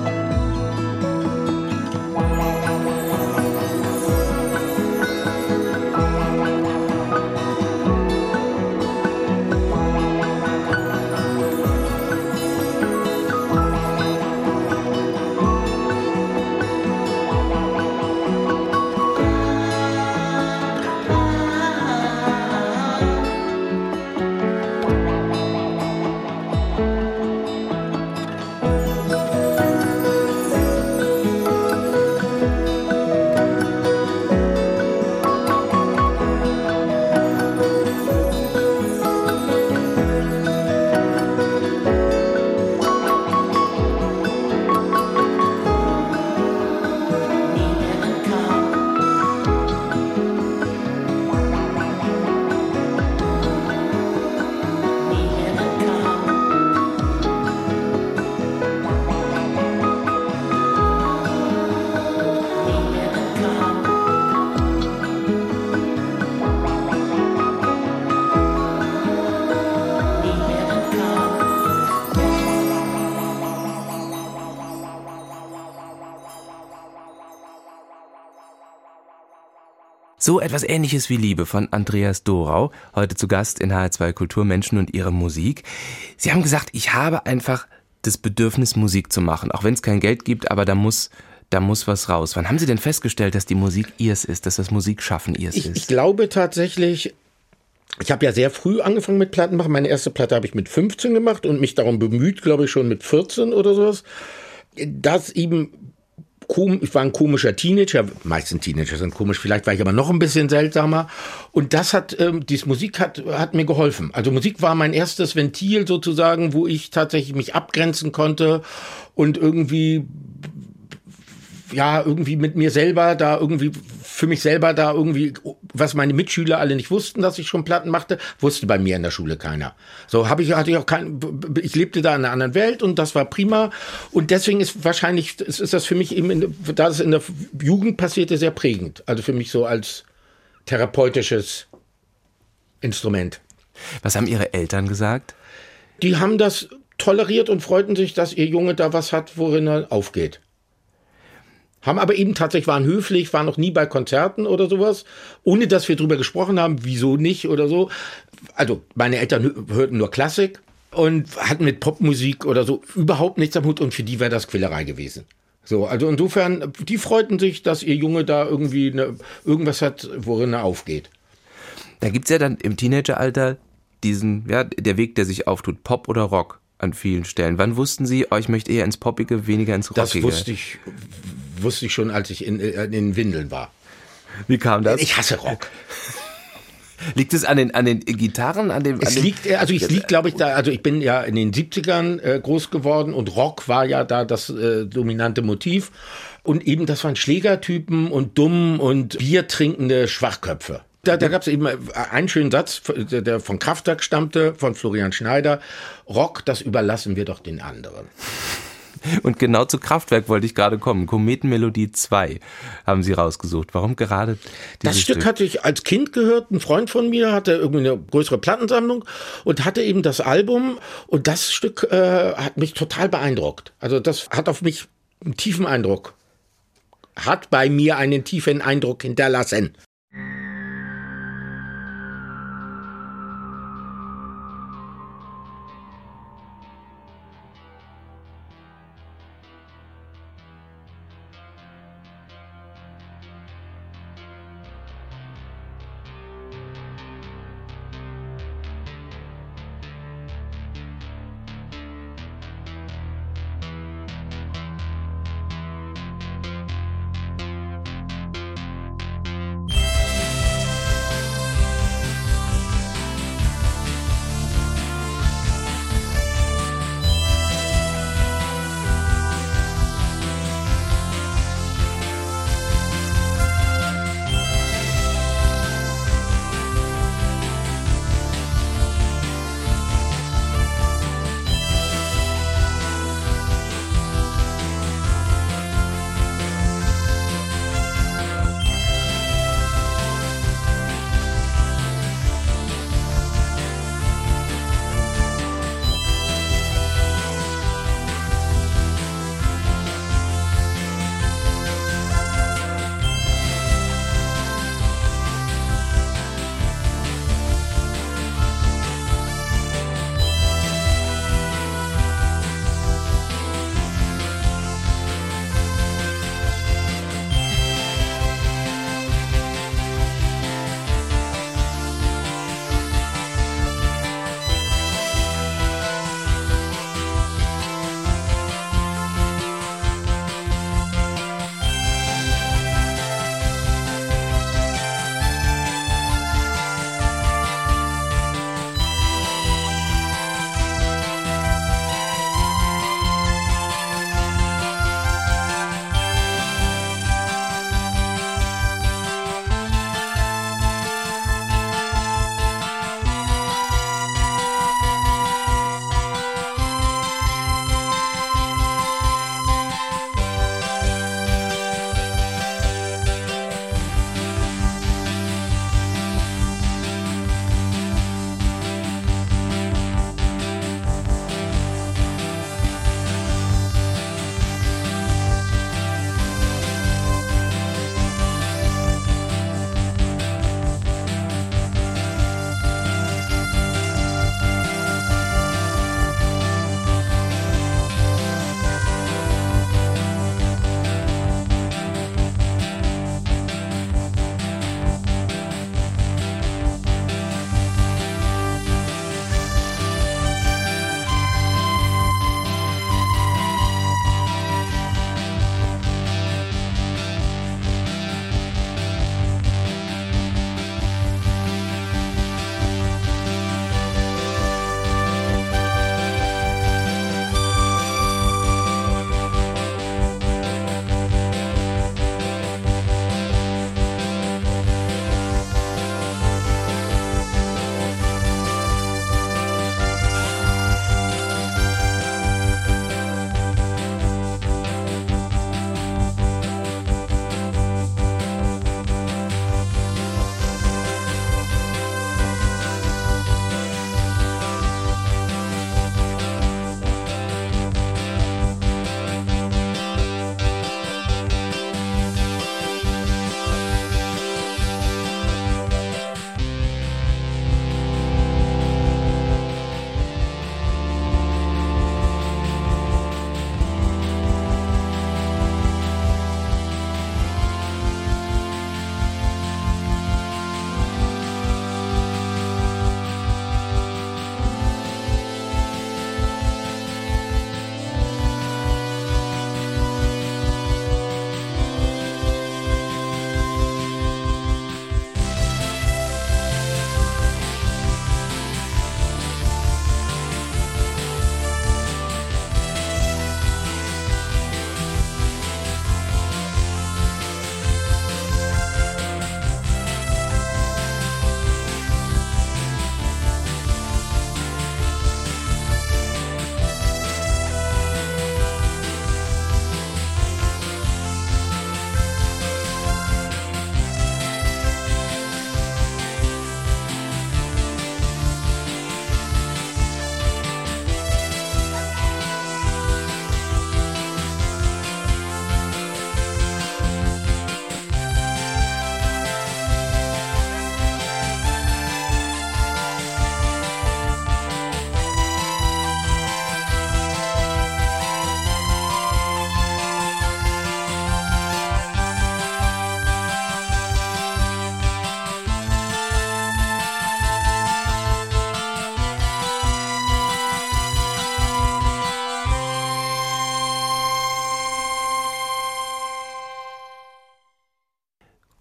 So etwas Ähnliches wie Liebe von Andreas Dorau, heute zu Gast in H R zwei Kultur, Menschen und ihre Musik. Sie haben gesagt, ich habe einfach das Bedürfnis, Musik zu machen, auch wenn es kein Geld gibt, aber da muss, da muss was raus. Wann haben Sie denn festgestellt, dass die Musik Ihrs ist, dass das Musikschaffen Ihrs ich, ist? Ich glaube tatsächlich, ich habe ja sehr früh angefangen mit Platten machen. Meine erste Platte habe ich mit fünfzehn gemacht und mich darum bemüht, glaube ich, schon mit vierzehn oder sowas, dass eben ich war ein komischer Teenager, meistens Teenager sind komisch, vielleicht war ich aber noch ein bisschen seltsamer. Und das hat, ähm, diese Musik hat, hat mir geholfen. Also Musik war mein erstes Ventil sozusagen, wo ich tatsächlich mich abgrenzen konnte und irgendwie, ja, irgendwie mit mir selber da irgendwie, für mich selber da irgendwie, was meine Mitschüler alle nicht wussten, dass ich schon Platten machte, wusste bei mir in der Schule keiner. So habe ich, hatte ich auch kein, ich lebte da in einer anderen Welt und das war prima. Und deswegen ist wahrscheinlich, ist, ist das für mich eben, in, da das in der Jugend passierte, sehr prägend. Also für mich so als therapeutisches Instrument. Was haben Ihre Eltern gesagt? Die haben das toleriert und freuten sich, dass ihr Junge da was hat, worin er aufgeht. Haben aber eben tatsächlich, waren höflich, waren noch nie bei Konzerten oder sowas, ohne dass wir drüber gesprochen haben, wieso nicht oder so. Also meine Eltern hörten nur Klassik und hatten mit Popmusik oder so überhaupt nichts am Hut und für die wäre das Quälerei gewesen. So, also insofern, die freuten sich, dass ihr Junge da irgendwie eine, irgendwas hat, worin er aufgeht. Da gibt's ja dann im Teenageralter diesen, ja, der Weg, der sich auftut, Pop oder Rock an vielen Stellen. Wann wussten Sie, oh, ich möchte eher ins Poppige, weniger ins Rockige? Das wusste ich, wusste ich schon, als ich in, in den Windeln war. Wie kam das? Ich hasse Rock. Liegt es an den, an den Gitarren? An dem, an es dem liegt, also ich liegt, glaube ich, da, also ich bin ja in den siebzigern äh, groß geworden und Rock war ja da das äh, dominante Motiv. Und eben, das waren Schlägertypen und dumm und biertrinkende Schwachköpfe. Da, da gab es eben einen schönen Satz, der von Kraftwerk stammte, von Florian Schneider. Rock, das überlassen wir doch den anderen. Und genau zu Kraftwerk wollte ich gerade kommen. Kometenmelodie zwei haben Sie rausgesucht. Warum gerade dieses Das Stück, Stück hatte ich als Kind gehört. Ein Freund von mir hatte irgendwie eine größere Plattensammlung und hatte eben das Album. Und das Stück äh, hat mich total beeindruckt. Also das hat auf mich einen tiefen Eindruck. Hat bei mir einen tiefen Eindruck hinterlassen.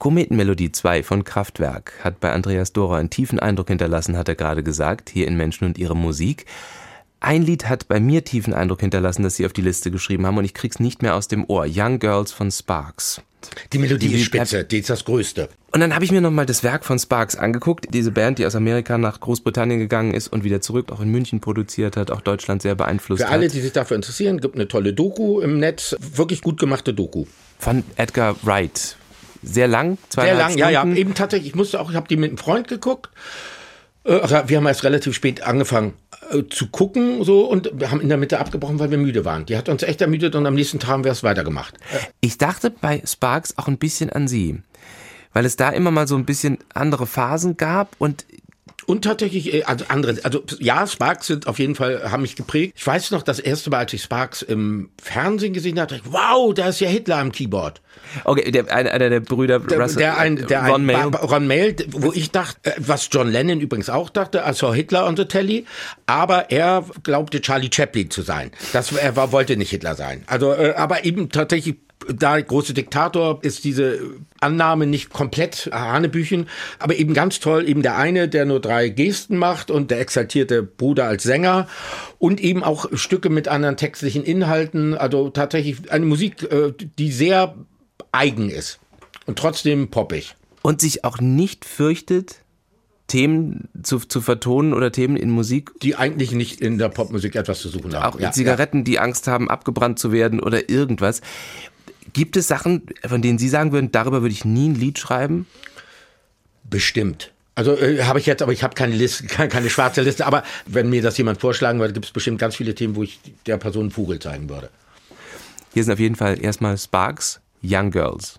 Kometenmelodie zwei von Kraftwerk hat bei Andreas Dorau einen tiefen Eindruck hinterlassen, hat er gerade gesagt, hier in Menschen und ihre Musik. Ein Lied hat bei mir tiefen Eindruck hinterlassen, das Sie auf die Liste geschrieben haben und ich krieg's nicht mehr aus dem Ohr. Young Girls von Sparks. Die Melodie die ist spitze, die ist das Größte. Und dann habe ich mir nochmal das Werk von Sparks angeguckt. Diese Band, die aus Amerika nach Großbritannien gegangen ist und wieder zurück, auch in München produziert hat, auch Deutschland sehr beeinflusst hat. Für alle, die sich dafür interessieren, gibt eine tolle Doku im Netz. Wirklich gut gemachte Doku. Von Edgar Wright. Sehr lang, zweieinhalb Stunden. Sehr lang, Stunden. ja, ja. Eben tatsächlich, ich musste auch, ich habe die mit einem Freund geguckt. Wir haben erst relativ spät angefangen äh, zu gucken so und wir haben in der Mitte abgebrochen, weil wir müde waren. Die hat uns echt ermüdet und am nächsten Tag haben wir es weitergemacht. Ich dachte bei Sparks auch ein bisschen an Sie, weil es da immer mal so ein bisschen andere Phasen gab und Und tatsächlich, also andere, also ja, Sparks sind auf jeden Fall, haben mich geprägt. Ich weiß noch, das erste Mal, als ich Sparks im Fernsehen gesehen habe, dachte ich, wow, da ist ja Hitler am Keyboard. Okay, der, einer der Brüder, der, Russell, der ein, der Ron ein, Mayle. Ba- Ron Mayle, wo ich dachte, was John Lennon übrigens auch dachte, I saw Hitler on the telly, aber er glaubte Charlie Chaplin zu sein. Das, er war, wollte nicht Hitler sein. Also, äh, aber eben tatsächlich, da große Diktator ist diese Annahme nicht komplett Hanebüchen, aber eben ganz toll, eben der eine, der nur drei Gesten macht und der exaltierte Bruder als Sänger und eben auch Stücke mit anderen textlichen Inhalten, also tatsächlich eine Musik, die sehr eigen ist und trotzdem poppig. Und sich auch nicht fürchtet, Themen zu, zu vertonen oder Themen in Musik, die eigentlich nicht in der Popmusik etwas zu suchen haben. Auch ja, Zigaretten, ja. die Angst haben, abgebrannt zu werden oder irgendwas. Gibt es Sachen, von denen Sie sagen würden, darüber würde ich nie ein Lied schreiben? Bestimmt. Also äh, habe ich jetzt, aber ich habe keine Liste, keine, keine schwarze Liste. Aber wenn mir das jemand vorschlagen würde, gibt es bestimmt ganz viele Themen, wo ich der Person einen Vogel zeigen würde. Hier sind auf jeden Fall erstmal Sparks, Young Girls.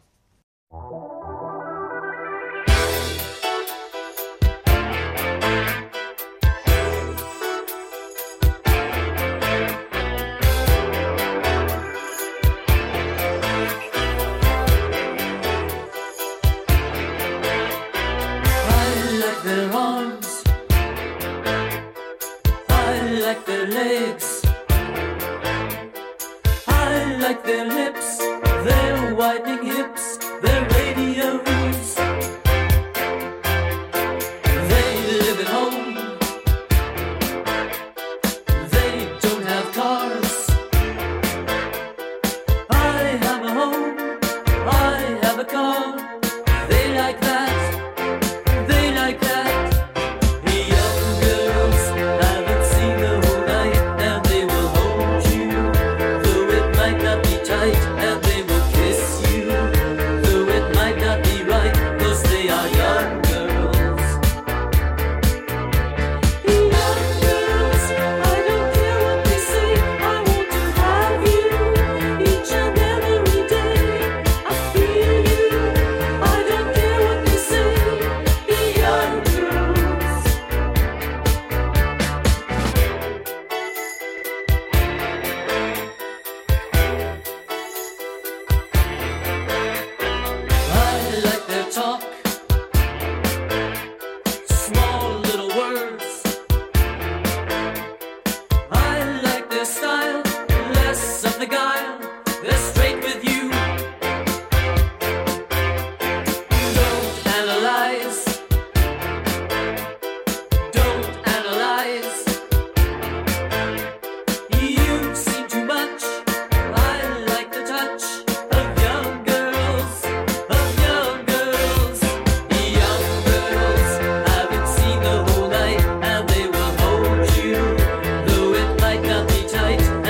Tight.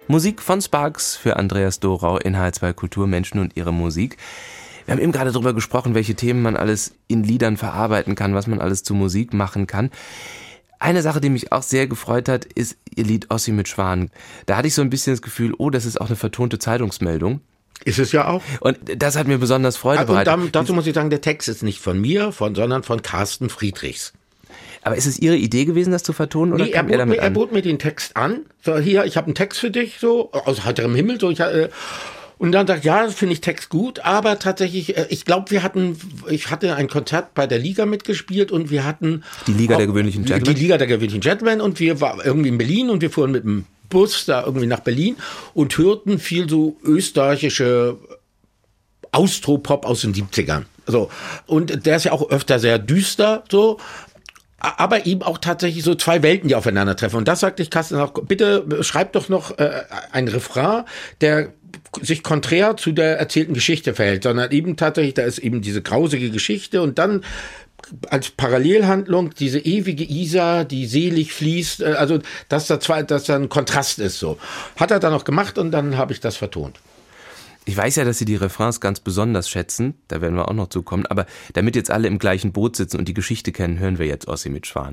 Musik von Sparks für Andreas Dorau in H R zwei Kultur, Menschen und ihre Musik. Wir haben eben gerade darüber gesprochen, welche Themen man alles in Liedern verarbeiten kann, was man alles zu Musik machen kann. Eine Sache, die mich auch sehr gefreut hat, ist ihr Lied Ossi mit Schwan. Da hatte ich so ein bisschen das Gefühl, oh, das ist auch eine vertonte Zeitungsmeldung. Ist es ja auch. Und das hat mir besonders Freude und bereitet. Und dazu muss ich sagen, der Text ist nicht von mir, von, sondern von Carsten Friedrichs. Aber ist es Ihre Idee gewesen, das zu vertonen? Oder nee, er, kam er, bot damit mir, er an? bot mir den Text an. So, hier, ich habe einen Text für dich, so aus heiterem Himmel. So, ich, äh, und dann sagt, ja, finde ich Text gut, aber tatsächlich, äh, ich glaube, wir hatten, ich hatte ein Konzert bei der Liga mitgespielt und wir hatten die Liga auch, der gewöhnlichen Gentlemen. Die Liga der gewöhnlichen Gentlemen und wir waren irgendwie in Berlin und wir fuhren mit dem Bus da irgendwie nach Berlin und hörten viel so österreichische Austropop aus den siebzigern. So. Und der ist ja auch öfter sehr düster, so. Aber eben auch tatsächlich so zwei Welten, die aufeinandertreffen. Und das sagte ich Carsten auch, bitte schreib doch noch äh, ein Refrain, der sich konträr zu der erzählten Geschichte verhält, sondern eben tatsächlich, da ist eben diese grausige Geschichte und dann als Parallelhandlung diese ewige Isar, die selig fließt, äh, also dass da zwei, dass da ein Kontrast ist, so. Hat er dann noch gemacht und dann habe ich das vertont. Ich weiß ja, dass Sie die Refrains ganz besonders schätzen, da werden wir auch noch zukommen, aber damit jetzt alle im gleichen Boot sitzen und die Geschichte kennen, hören wir jetzt Ossi mit Schwan.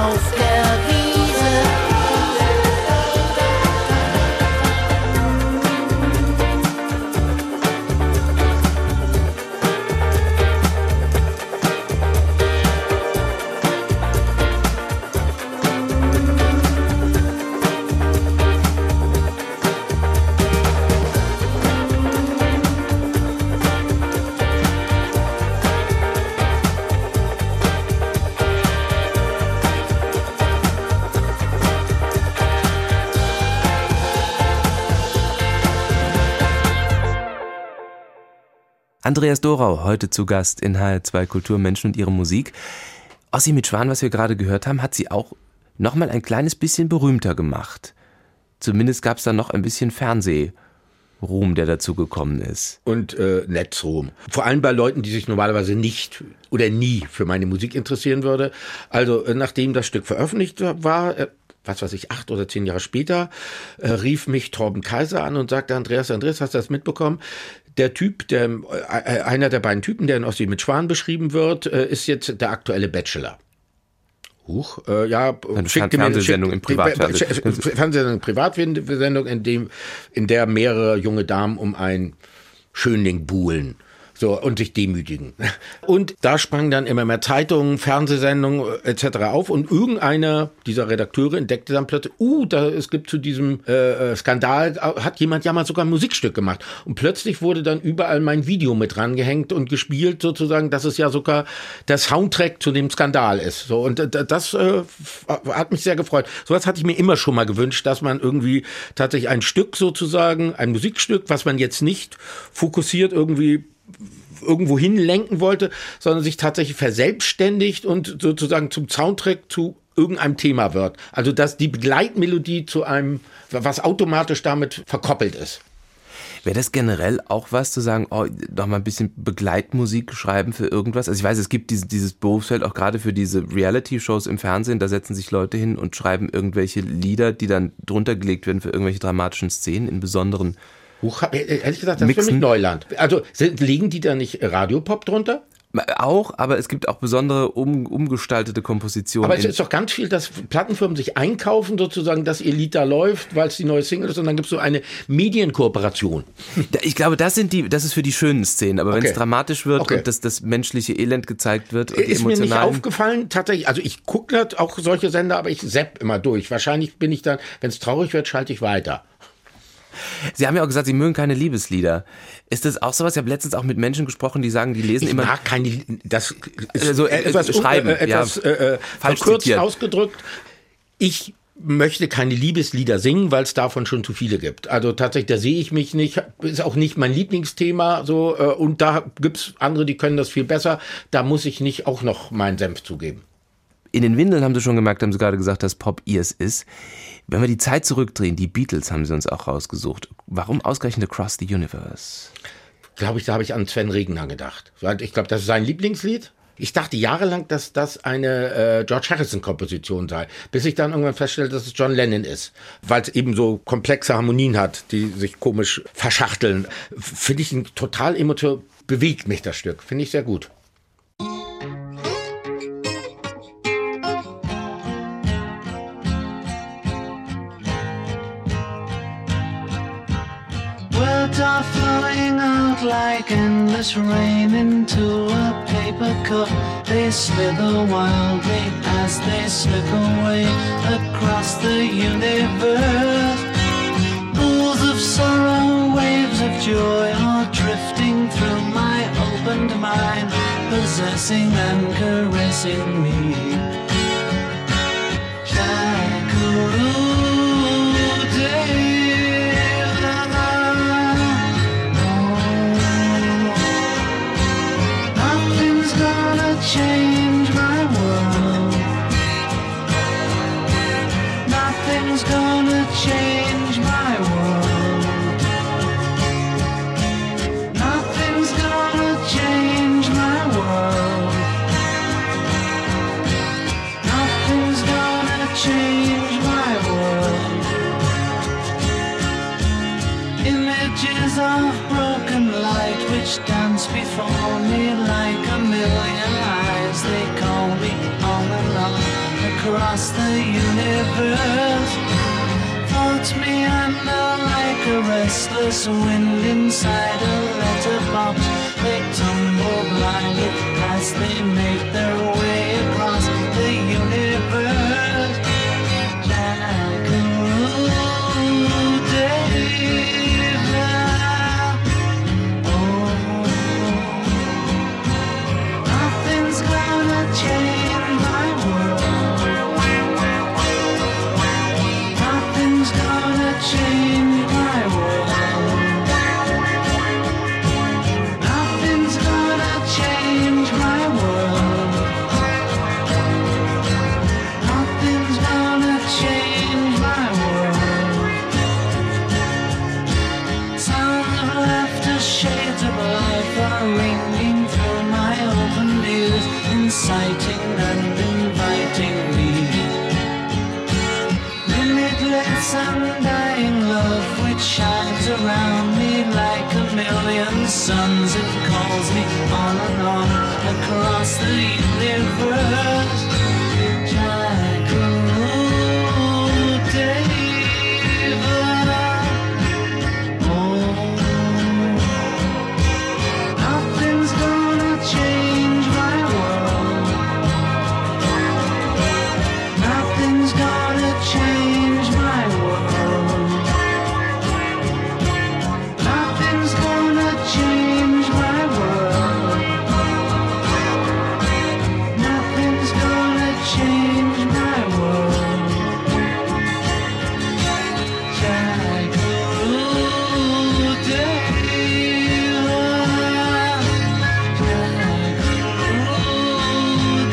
auf der Wiese. Andreas Dorau, heute zu Gast in H R zwei Kultur, Menschen und ihre Musik. Ossi mit Schwan, was wir gerade gehört haben, hat sie auch noch mal ein kleines bisschen berühmter gemacht. Zumindest gab es da noch ein bisschen Fernsehruhm, der dazu gekommen ist. Und äh, Netzruhm. Vor allem bei Leuten, die sich normalerweise nicht oder nie für meine Musik interessieren würde. Also äh, nachdem das Stück veröffentlicht war, äh, was weiß ich, acht oder zehn Jahre später, äh, rief mich Torben Kaiser an und sagte, Andreas, Andreas, hast du das mitbekommen? Der Typ, der, äh, einer der beiden Typen, der in Ossi mit Schwan beschrieben wird, äh, ist jetzt der aktuelle Bachelor. Huch, äh, ja, schickte mir Fernsehsendung im Privatfernsehen. Fernsehsendung, Privatsendung, in dem, in der mehrere junge Damen um einen Schönling buhlen. So, und sich demütigen. Und da sprangen dann immer mehr Zeitungen, Fernsehsendungen et cetera auf und irgendeiner dieser Redakteure entdeckte dann plötzlich, uh, da, es gibt zu diesem äh, Skandal, hat jemand ja mal sogar ein Musikstück gemacht. Und plötzlich wurde dann überall mein Video mit rangehängt und gespielt sozusagen, dass es ja sogar der Soundtrack zu dem Skandal ist. So, und das äh, hat mich sehr gefreut. Sowas hatte ich mir immer schon mal gewünscht, dass man irgendwie tatsächlich ein Stück sozusagen, ein Musikstück, was man jetzt nicht fokussiert irgendwie irgendwo hinlenken wollte, sondern sich tatsächlich verselbstständigt und sozusagen zum Soundtrack zu irgendeinem Thema wird. Also dass die Begleitmelodie zu einem, was automatisch damit verkoppelt ist. Wäre das generell auch was, zu sagen, oh, noch mal ein bisschen Begleitmusik schreiben für irgendwas? Also ich weiß, es gibt dieses, dieses Berufsfeld auch gerade für diese Reality-Shows im Fernsehen, da setzen sich Leute hin und schreiben irgendwelche Lieder, die dann drunter gelegt werden für irgendwelche dramatischen Szenen in besonderen Ehrlich gesagt, das ist für mich Neuland. Also sind, legen die da nicht Radiopop drunter? Auch, aber es gibt auch besondere um, umgestaltete Kompositionen. Aber es ist doch ganz viel, dass Plattenfirmen sich einkaufen sozusagen, dass ihr Lied da läuft, weil es die neue Single ist und dann gibt es so eine Medienkooperation. Ich glaube, das sind die, das ist für die schönen Szenen, aber okay. Wenn es dramatisch wird okay. und das, das menschliche Elend gezeigt wird und ist die mir nicht aufgefallen, tatsächlich, also ich gucke auch solche Sender, aber ich zapp immer durch. Wahrscheinlich bin ich dann, wenn es traurig wird, schalte ich weiter. Sie haben ja auch gesagt, Sie mögen keine Liebeslieder. Ist das auch sowas? Ich habe letztens auch mit Menschen gesprochen, die sagen, die lesen ich immer... Ich mag keine... Das ist also, äh, etwas, schreiben, äh, etwas ja, äh, verkürzt zitiert. Ausgedrückt. Ich möchte keine Liebeslieder singen, weil es davon schon zu viele gibt. Also tatsächlich, da sehe ich mich nicht. Ist auch nicht mein Lieblingsthema. So, äh, und da gibt's andere, die können das viel besser. Da muss ich nicht auch noch meinen Senf zugeben. In den Windeln haben Sie schon gemerkt, haben Sie gerade gesagt, dass Pop ihrs ist. Wenn wir die Zeit zurückdrehen, die Beatles haben Sie uns auch rausgesucht. Warum ausgerechnet Across the Universe? Glaube ich, da habe ich an Sven Regner gedacht. Ich glaube, das ist sein Lieblingslied. Ich dachte jahrelang, dass das eine äh, George Harrison-Komposition sei, bis ich dann irgendwann feststellte, dass es John Lennon ist, weil es eben so komplexe Harmonien hat, die sich komisch verschachteln. Finde ich ein total emotional, bewegt mich das Stück, finde ich sehr gut. Are flowing out like endless rain into a paper cup. They slither wildly as they slip away across the universe. Pools of sorrow, waves of joy are drifting through my opened mind, possessing and caressing me. Change my world. Nothing's gonna change my world. Nothing's gonna change my world. Nothing's gonna change my world. Images of broken light which dance before me like a million eyes. They call me on and on across the universe. Floats me under like a restless wind inside a letterbox. They tumble blindly as they make their way across the universe. Jackaroo David. Oh, nothing's gonna change my world. Nothing's gonna change my world. Nothing's gonna change my world. Nothing's gonna change my world. Sounds of laughter, shades of life are ringing through my open ears, inciting and inviting me. Limitless undying love which shines around me like a million suns. It calls me on and on across the universe. Jackaroo David. Oh, nothing's gonna change my world. Nothing's gonna change my world. Nothing's gonna change my world. Nothing's gonna change my world. Jackaroo David. Jackaroo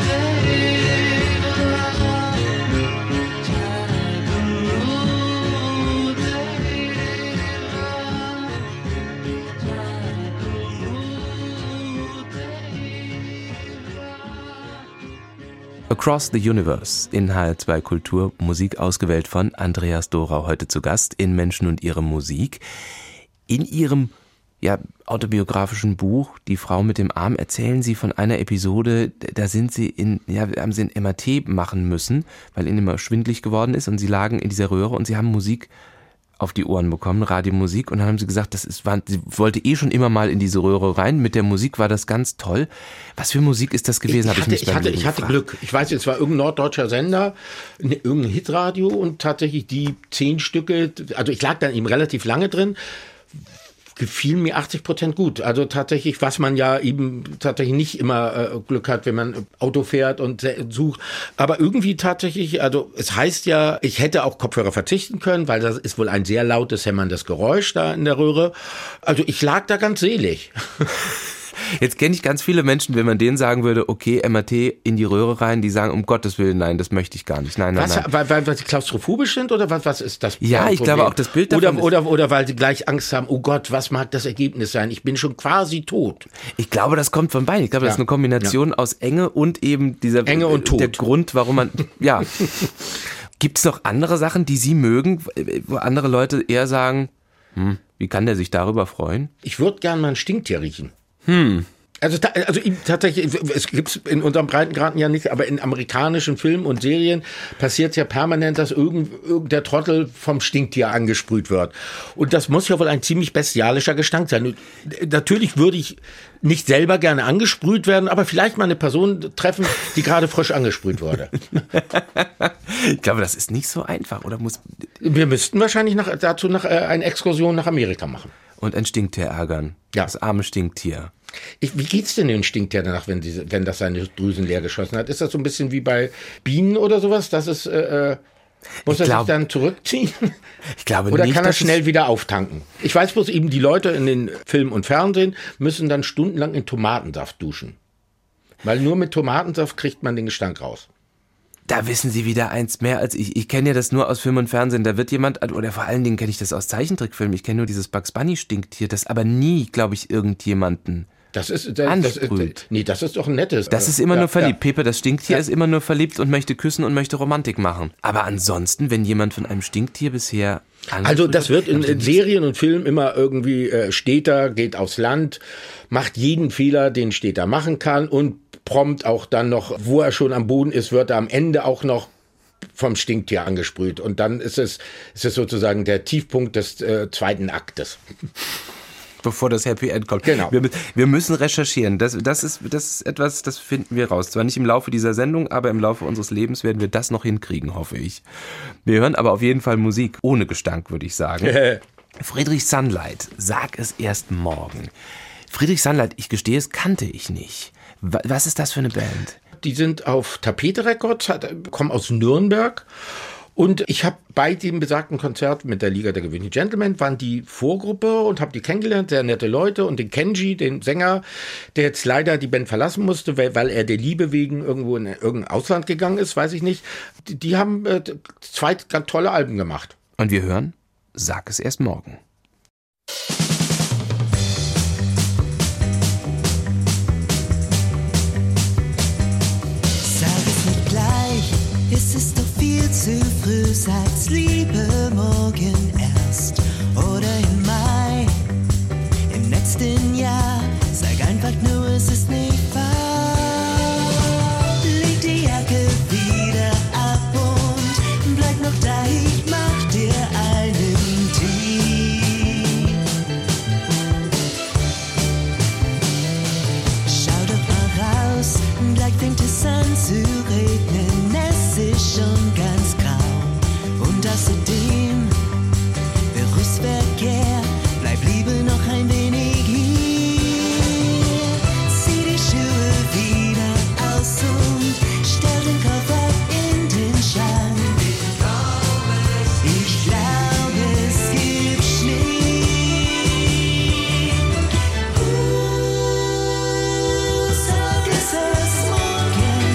Across the Universe in H R zwei Kultur, Musik ausgewählt von Andreas Dorau, heute zu Gast in Menschen und ihre Musik. In Ihrem ja, autobiografischen Buch Die Frau mit dem Arm erzählen Sie von einer Episode, da sind Sie in, ja, haben Sie ein M R T machen müssen, weil Ihnen immer schwindelig geworden ist und Sie lagen in dieser Röhre und Sie haben Musik auf die Ohren bekommen, Radiomusik, und dann haben Sie gesagt, das ist, war, Sie wollte eh schon immer mal in diese Röhre rein, mit der Musik war das ganz toll. Was für Musik ist das gewesen? Ich, ich, hatte, ich, ich, hatte, ich hatte Glück. Ich weiß, es war irgendein norddeutscher Sender, ne, irgendein Hitradio, und tatsächlich die zehn Stücke, also ich lag dann eben relativ lange drin, gefielen mir achtzig Prozent gut. Also tatsächlich, was man ja eben tatsächlich nicht immer äh, Glück hat, wenn man Auto fährt und sucht. Aber irgendwie tatsächlich, also es heißt ja, ich hätte auch Kopfhörer verzichten können, weil das ist wohl ein sehr lautes, hämmerndes Geräusch da in der Röhre. Also ich lag da ganz selig. Jetzt kenne ich ganz viele Menschen, wenn man denen sagen würde, okay, M R T in die Röhre rein, die sagen, um Gottes Willen, nein, das möchte ich gar nicht. Nein, nein, was, nein. Weil, weil, weil sie klaustrophobisch sind oder was, was ist das? Ja, ich glaube auch das Bild davon oder, oder, oder weil sie gleich Angst haben, oh Gott, was mag das Ergebnis sein? Ich bin schon quasi tot. Ich glaube, das kommt von beiden. Ich glaube, ja. Das ist eine Kombination ja. aus Enge und eben dieser Enge und Tod. Der Grund, warum man, ja. Gibt es noch andere Sachen, die Sie mögen, wo andere Leute eher sagen, hm, wie kann der sich darüber freuen? Ich würde gern mal ein Stinktier riechen. Hm. Also, also tatsächlich, es gibt's in unserem Breitengraden ja nicht, aber in amerikanischen Filmen und Serien passiert es ja permanent, dass irgend, irgend der Trottel vom Stinktier angesprüht wird. Und das muss ja wohl ein ziemlich bestialischer Gestank sein. Natürlich würde ich nicht selber gerne angesprüht werden, aber vielleicht mal eine Person treffen, die gerade frisch angesprüht wurde. Ich glaube, das ist nicht so einfach, oder muss? Wir müssten wahrscheinlich nach, dazu nach, äh, eine Exkursion nach Amerika machen. Und ein Stinktier ärgern. Ja. Das arme Stinktier. Ich, wie geht's denn dem Stinktier danach, wenn, die, wenn das seine Drüsen leer geschossen hat? Ist das so ein bisschen wie bei Bienen oder sowas? Das ist, äh, muss er sich dann zurückziehen? Ich glaube Oder nicht, kann er schnell wieder auftanken? Ich weiß bloß eben, die Leute in den Film und Fernsehen müssen dann stundenlang in Tomatensaft duschen. Weil nur mit Tomatensaft kriegt man den Gestank raus. Da wissen Sie wieder eins mehr als ich. Ich kenne ja das nur aus Film und Fernsehen. Da wird jemand, oder vor allen Dingen kenne ich das aus Zeichentrickfilmen. Ich kenne nur dieses Bugs Bunny Stinktier, das aber nie, glaube ich, irgendjemanden Das ist, das, das ist, nee, das ist doch ein nettes. Das ist immer ja, nur verliebt. Ja. Pepe, das Stinktier, ja. ist immer nur verliebt und möchte küssen und möchte Romantik machen. Aber ansonsten, wenn jemand von einem Stinktier bisher... Also das wird in, in Serien und Filmen immer irgendwie äh, Städter, geht aufs Land, macht jeden Fehler, den Städter machen kann, und prompt auch dann noch, wo er schon am Boden ist, wird er am Ende auch noch vom Stinktier angesprüht. Und dann ist es, ist es sozusagen der Tiefpunkt des äh, zweiten Aktes. Bevor das Happy End kommt. Genau. Wir, wir müssen recherchieren. Das, das, ist, das ist etwas, das finden wir raus. Zwar nicht im Laufe dieser Sendung, aber im Laufe unseres Lebens werden wir das noch hinkriegen, hoffe ich. Wir hören aber auf jeden Fall Musik ohne Gestank, würde ich sagen. Friedrich Sunlight, sag es erst morgen. Friedrich Sunlight, ich gestehe, es kannte ich nicht. Was ist das für eine Band? Die sind auf Tapete Records, kommen aus Nürnberg. Und ich habe bei dem besagten Konzert mit der Liga der gewöhnlichen Gentlemen, waren die Vorgruppe und habe die kennengelernt, sehr nette Leute. Und den Kenji, den Sänger, der jetzt leider die Band verlassen musste, weil, weil er der Liebe wegen irgendwo in irgendein Ausland gegangen ist, weiß ich nicht. Die, die haben äh, zwei ganz tolle Alben gemacht. Und wir hören, sag es erst morgen. Es ist doch viel zu früh, sag's lieber morgen erst oder im Mai, im nächsten Jahr. Sag einfach nur, es ist nicht wahr. Leg die Jacke wieder ab und bleib noch da, ich mach dir einen Tee. Schau doch mal raus, gleich fängt es an zu regnen. Ist schon ganz grau und außerdem Berufsverkehr, bleib lieber noch ein wenig hier. Zieh die Schuhe wieder aus und stell den Koffer in den Schrank. Ich glaube, es gibt Schnee. Uh, sag es erst morgen.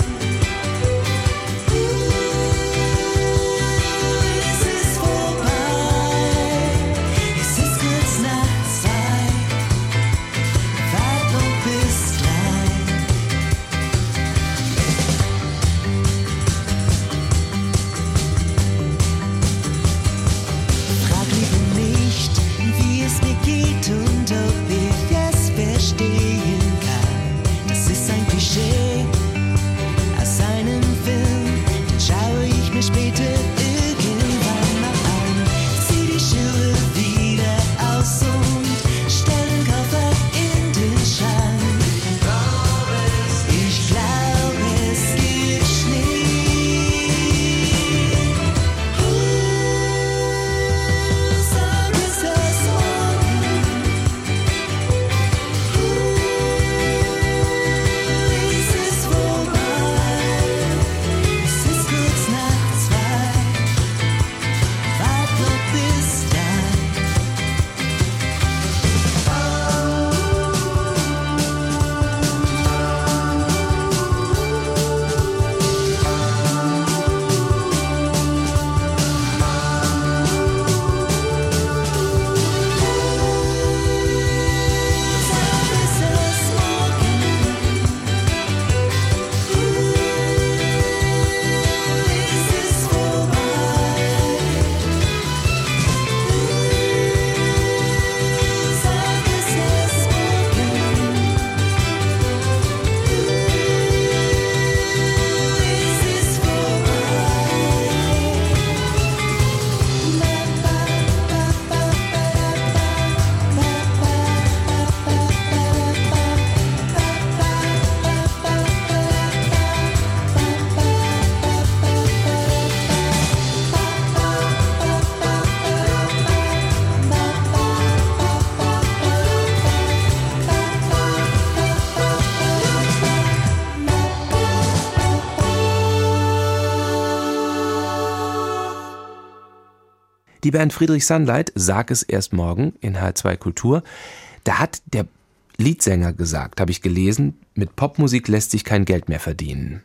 Die Band Friedrich Sunlight, sag es erst morgen in H R zwei Kultur. Da hat der Leadsänger gesagt, habe ich gelesen, mit Popmusik lässt sich kein Geld mehr verdienen.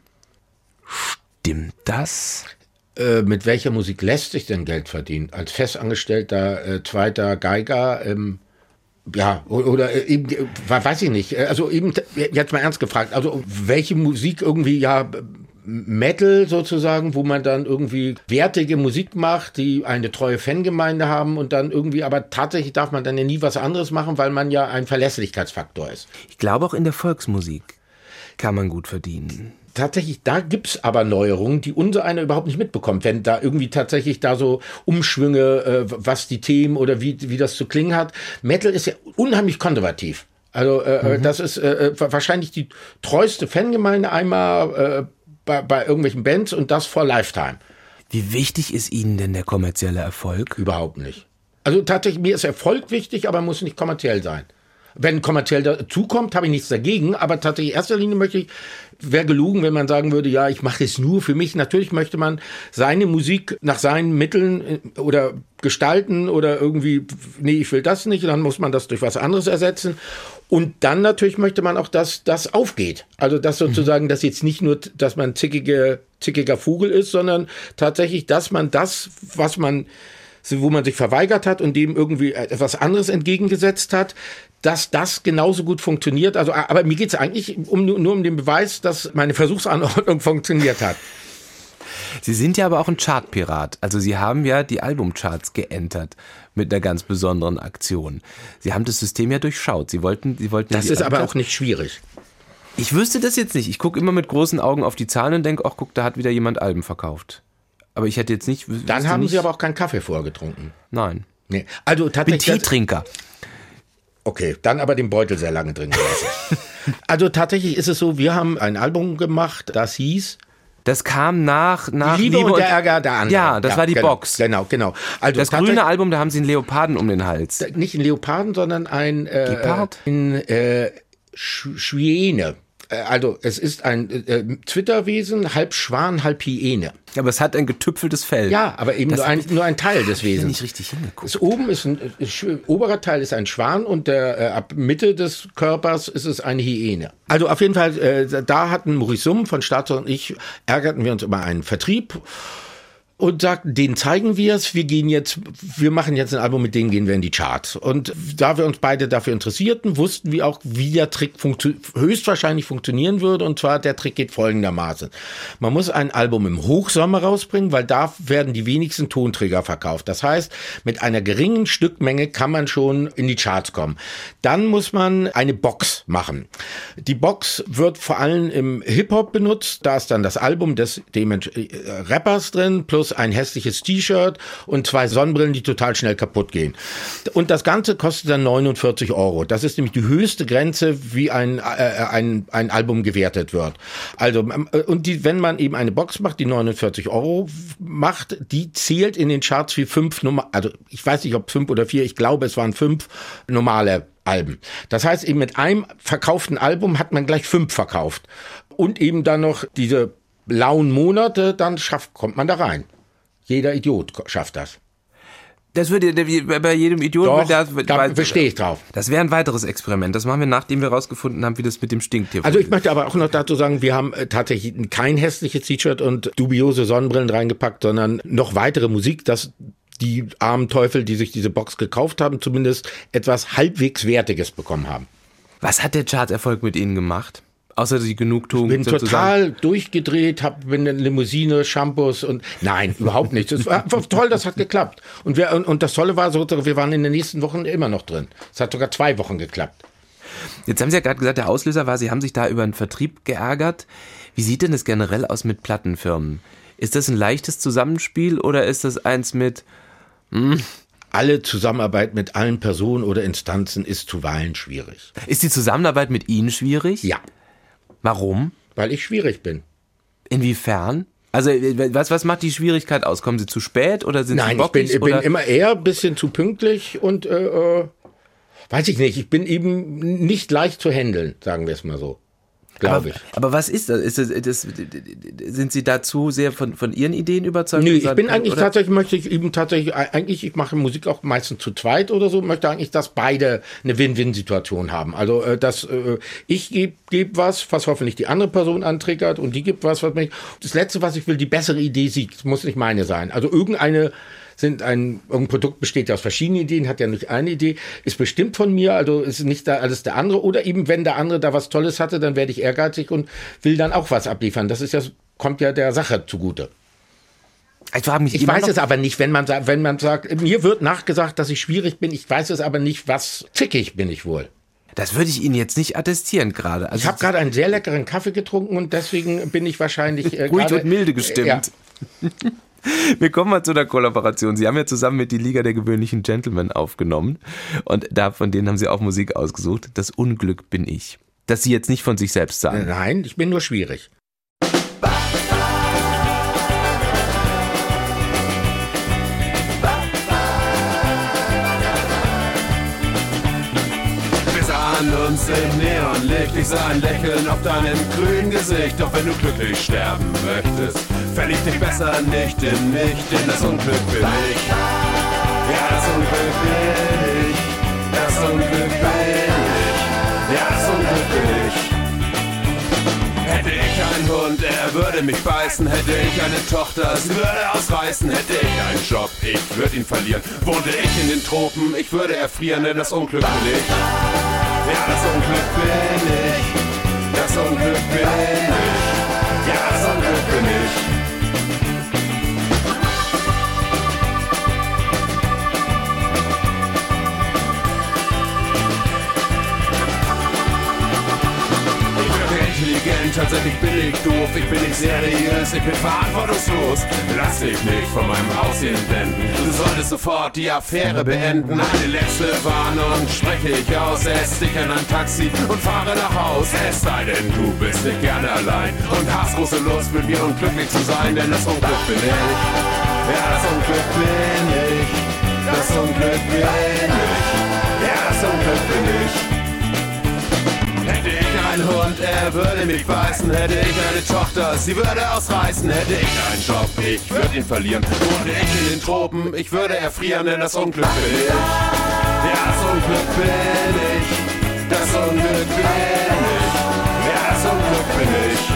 Stimmt das? Äh, mit welcher Musik lässt sich denn Geld verdienen? Als festangestellter äh, zweiter Geiger, ähm, ja, oder äh, eben, äh, weiß ich nicht. Also eben, jetzt mal ernst gefragt, also welche Musik irgendwie, ja, Metal sozusagen, wo man dann irgendwie wertige Musik macht, die eine treue Fangemeinde haben und dann irgendwie, aber tatsächlich darf man dann ja nie was anderes machen, weil man ja ein Verlässlichkeitsfaktor ist. Ich glaube, auch in der Volksmusik kann man gut verdienen. tatsächlich, da gibt's aber Neuerungen, die unser einer überhaupt nicht mitbekommt. Wenn da irgendwie tatsächlich da so Umschwünge, äh, was die Themen oder wie, wie das zu klingen hat. Metal ist ja unheimlich konservativ. Also äh, mhm. das ist äh, wahrscheinlich die treueste Fangemeinde einmal äh, bei, bei irgendwelchen Bands und das vor Lifetime. Wie wichtig ist Ihnen denn der kommerzielle Erfolg? Überhaupt nicht. Also tatsächlich, mir ist Erfolg wichtig, aber muss nicht kommerziell sein. Wenn kommerziell dazukommt, habe ich nichts dagegen, aber tatsächlich in erster Linie möchte ich, wäre gelogen, wenn man sagen würde, ja, ich mache es nur für mich. Natürlich möchte man seine Musik nach seinen Mitteln oder gestalten oder irgendwie, nee, ich will das nicht, dann muss man das durch was anderes ersetzen. Und dann natürlich möchte man auch, dass das aufgeht. Also dass sozusagen, dass jetzt nicht nur, dass man zickige, zickiger Vogel ist, sondern tatsächlich, dass man das, was man, wo man sich verweigert hat und dem irgendwie etwas anderes entgegengesetzt hat, dass das genauso gut funktioniert. Also, aber mir geht es eigentlich um, nur um den Beweis, dass meine Versuchsanordnung funktioniert hat. Sie sind ja aber auch ein Chartpirat. Also Sie haben ja die Albumcharts geentert mit einer ganz besonderen Aktion. Sie haben das System ja durchschaut. Sie wollten, Sie wollten. Das ist aber auch nicht schwierig. Ich wüsste das jetzt nicht. Ich gucke immer mit großen Augen auf die Zahlen und denke, ach guck, da hat wieder jemand Alben verkauft. Aber ich hätte jetzt nicht. Dann haben nicht, Sie aber auch keinen Kaffee vorgetrunken. Nein. Nee. Also ich bin Teetrinker. Okay, dann aber den Beutel sehr lange drin gelassen. Also tatsächlich ist es so, wir haben ein Album gemacht, das hieß... Das kam nach... nach Liebe, Liebe und der Ärger der anderen. Ja, das ja, war die genau, Box. Genau, genau. Also das grüne Album, da haben sie einen Leoparden um den Hals. Nicht einen Leoparden, sondern ein... Äh, Gepard? Ein äh, Sch- Schwäne. Also es ist ein äh, Zwitterwesen, halb Schwan, halb Hyäne. Aber es hat ein getüpfeltes Fell. Ja, aber eben nur ein, nur ein Teil des Wesens. Ich nicht richtig hingeguckt. Das oben ist ein, ist, oberer Teil ist ein Schwan und der äh, ab Mitte des Körpers ist es eine Hyäne. Also auf jeden Fall, äh, da hatten Maurice Summ von Staatsohr und ich, ärgerten wir uns über einen Vertrieb und sagten, denen zeigen wir es, wir gehen jetzt, wir machen jetzt ein Album, mit denen gehen wir in die Charts. Und da wir uns beide dafür interessierten, wussten wir auch, wie der Trick funktio- höchstwahrscheinlich funktionieren würde. Und zwar, der Trick geht folgendermaßen. Man muss ein Album im Hochsommer rausbringen, weil da werden die wenigsten Tonträger verkauft. Das heißt, mit einer geringen Stückmenge kann man schon in die Charts kommen. Dann muss man eine Box machen. Die Box wird vor allem im Hip-Hop benutzt. Da ist dann das Album des dem äh, Rappers drin, plus ein hässliches T-Shirt und zwei Sonnenbrillen, die total schnell kaputt gehen. Und das Ganze kostet dann neunundvierzig Euro. Das ist nämlich die höchste Grenze, wie ein, äh, ein, ein Album gewertet wird. Also, und die, wenn man eben eine Box macht, die neunundvierzig Euro macht, die zählt in den Charts wie fünf Nummer, also ich weiß nicht, ob fünf oder vier, ich glaube, es waren fünf normale Alben. Das heißt, eben mit einem verkauften Album hat man gleich fünf verkauft. Und eben dann noch diese lauen Monate, dann schafft, kommt man da rein. Jeder Idiot schafft das. Das würde bei jedem Idioten... Doch, da, da bestehe ich drauf. Das wäre ein weiteres Experiment. Das machen wir, nachdem wir rausgefunden haben, wie das mit dem Stinktier Also ich möchte aber auch noch dazu sagen, wir haben tatsächlich kein hässliches T-Shirt und dubiose Sonnenbrillen reingepackt, sondern noch weitere Musik, dass die armen Teufel, die sich diese Box gekauft haben, zumindest etwas halbwegs Wertiges bekommen haben. Was hat der Charterfolg mit Ihnen gemacht? Außer die Genugtuung. Ich bin sozusagen. total durchgedreht, hab, bin in Limousine, Shampoos und nein, überhaupt nicht. Es war einfach toll, das hat geklappt. Und, wir, und, und das Tolle war, so, wir waren in den nächsten Wochen immer noch drin. Es hat sogar zwei Wochen geklappt. Jetzt haben Sie ja gerade gesagt, der Auslöser war, Sie haben sich da über einen Vertrieb geärgert. Wie sieht denn das generell aus mit Plattenfirmen? Ist das ein leichtes Zusammenspiel oder ist das eins mit... Hm, alle Zusammenarbeit mit allen Personen oder Instanzen ist zuweilen schwierig. Ist die Zusammenarbeit mit Ihnen schwierig? Ja. Warum? Weil ich schwierig bin. Inwiefern? Also was, was macht die Schwierigkeit aus? Kommen Sie zu spät oder sind Nein, Sie bockig? ich bin, ich bin immer eher ein bisschen zu pünktlich und äh, äh, weiß ich nicht, ich bin eben nicht leicht zu handeln, sagen wir es mal so. Glaube ich. Aber was ist das? Ist das, das? Sind Sie dazu sehr von, von Ihren Ideen überzeugt? Nö, ich bin eigentlich oder? tatsächlich, möchte ich eben tatsächlich, eigentlich, ich mache Musik auch meistens zu zweit oder so, möchte eigentlich, dass beide eine Win-Win-Situation haben. Also, dass ich gebe geb was, was hoffentlich die andere Person antriggert und die gibt was, was mich, das Letzte, was ich will, die bessere Idee siegt, muss nicht meine sein. Also irgendeine sind ein, irgendein Produkt besteht ja aus verschiedenen Ideen, hat ja nicht eine Idee, ist bestimmt von mir, also ist nicht da alles der andere. Oder eben, wenn der andere da was Tolles hatte, dann werde ich ehrgeizig und will dann auch was abliefern. Das ist ja, kommt ja der Sache zugute. Ich, mich ich weiß es aber nicht, wenn man, wenn man sagt, mir wird nachgesagt, dass ich schwierig bin, ich weiß es aber nicht, was zickig bin ich wohl. Das würde ich Ihnen jetzt nicht attestieren gerade. Also ich habe gerade einen sehr leckeren Kaffee getrunken und deswegen bin ich wahrscheinlich äh, ruhig grade, und milde gestimmt. Ja. Wir kommen mal zu der Kollaboration. Sie haben ja zusammen mit die Liga der gewöhnlichen Gentlemen aufgenommen und da von denen haben Sie auch Musik ausgesucht. Das Unglück bin ich. Das Sie jetzt nicht von sich selbst sagen. Nein, ich bin nur schwierig. Uns im Neonlicht, ich sah ein Lächeln auf deinem grünen Gesicht. Doch wenn du glücklich sterben möchtest, verlieb dich besser nicht in mich, denn das Unglück bin ich. Ja, das Unglück bin ich. Das Unglück bin ich. Ja, das Unglück bin ich. Hätte ich einen Hund, er würde mich beißen. Hätte ich eine Tochter, sie würde ausreißen. Hätte ich einen Job, ich würde ihn verlieren. Wohnte ich in den Tropen, ich würde erfrieren, denn das Unglück bin ich. Ja, das Unglück bin ich, das Unglück bin ich, ja, das Unglück bin ich. Intelligent, tatsächlich bin ich doof, ich bin nicht seriös, ich bin verantwortungslos. Lass dich nicht von meinem Aussehen blenden, du solltest sofort die Affäre beenden. Eine letzte Warnung spreche ich aus, setz dich in ein Taxi und fahre nach Haus. Es sei denn, du bist nicht gerne allein und hast große Lust mit mir unglücklich zu sein, denn das Unglück bin ich. Ja, das Unglück bin ich, das Unglück bin ich, ja, das Unglück bin ich. Hätte ich einen Hund, er würde mich beißen. Hätte ich eine Tochter, sie würde ausreißen. Hätte ich einen Job, ich würde ihn verlieren. Wohnte ich in den Tropen, ich würde erfrieren, denn das Unglück bin ich. Ja, das Unglück bin ich. Das Unglück bin ich. Ja, das Unglück bin ich.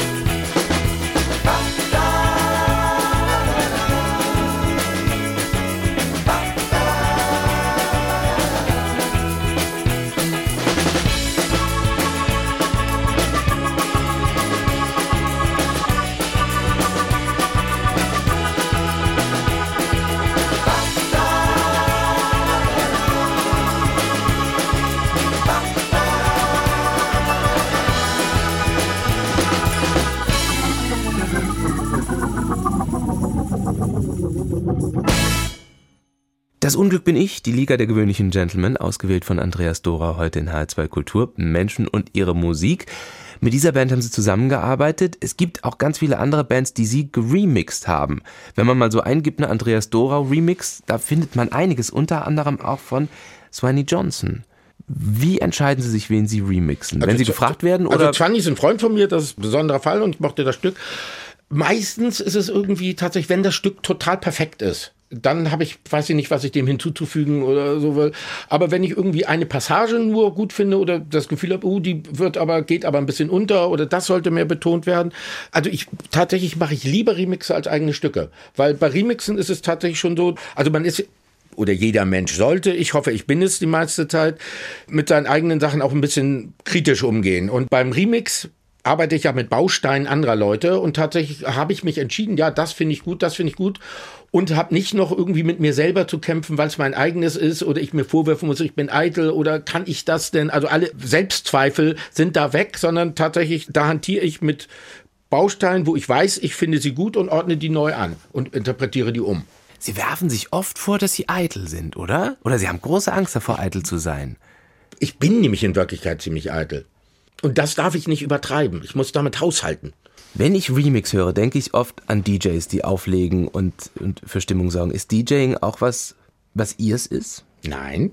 Das Unglück bin ich, die Liga der gewöhnlichen Gentlemen, ausgewählt von Andreas Dora, heute in H R zwei Kultur, Menschen und ihre Musik. Mit dieser Band haben sie zusammengearbeitet. Es gibt auch ganz viele andere Bands, die sie geremixed haben. Wenn man mal so eingibt, eine Andreas Dora Remix, da findet man einiges, unter anderem auch von Swanee Johnson. Wie entscheiden Sie sich, wen Sie remixen? Also Wenn Sie gefragt werden? Oder? Also Swanee ist ein Freund von mir, das ist ein besonderer Fall und ich mochte das Stück. Meistens ist es irgendwie tatsächlich, wenn das Stück total perfekt ist, dann habe ich, weiß ich nicht, was ich dem hinzuzufügen oder so will. Aber wenn ich irgendwie eine Passage nur gut finde oder das Gefühl habe, oh, die wird aber, geht aber ein bisschen unter oder das sollte mehr betont werden. Also ich, tatsächlich mache ich lieber Remixe als eigene Stücke. Weil bei Remixen ist es tatsächlich schon so, also man ist, oder jeder Mensch sollte, ich hoffe, ich bin es die meiste Zeit, mit seinen eigenen Sachen auch ein bisschen kritisch umgehen. Und beim Remix arbeite ich ja mit Bausteinen anderer Leute und tatsächlich habe ich mich entschieden, ja, das finde ich gut, das finde ich gut und habe nicht noch irgendwie mit mir selber zu kämpfen, weil es mein eigenes ist oder ich mir vorwerfen muss, ich bin eitel oder kann ich das denn, also alle Selbstzweifel sind da weg, sondern tatsächlich, da hantiere ich mit Bausteinen, wo ich weiß, ich finde sie gut und ordne die neu an und interpretiere die um. Sie werfen sich oft vor, dass Sie eitel sind, oder? Oder Sie haben große Angst davor, eitel zu sein? Ich bin nämlich in Wirklichkeit ziemlich eitel. Und das darf ich nicht übertreiben. Ich muss damit haushalten. Wenn ich Remix höre, denke ich oft an D Js, die auflegen und, und für Stimmung sorgen. Ist DJing auch was, was Ihrs ist? Nein.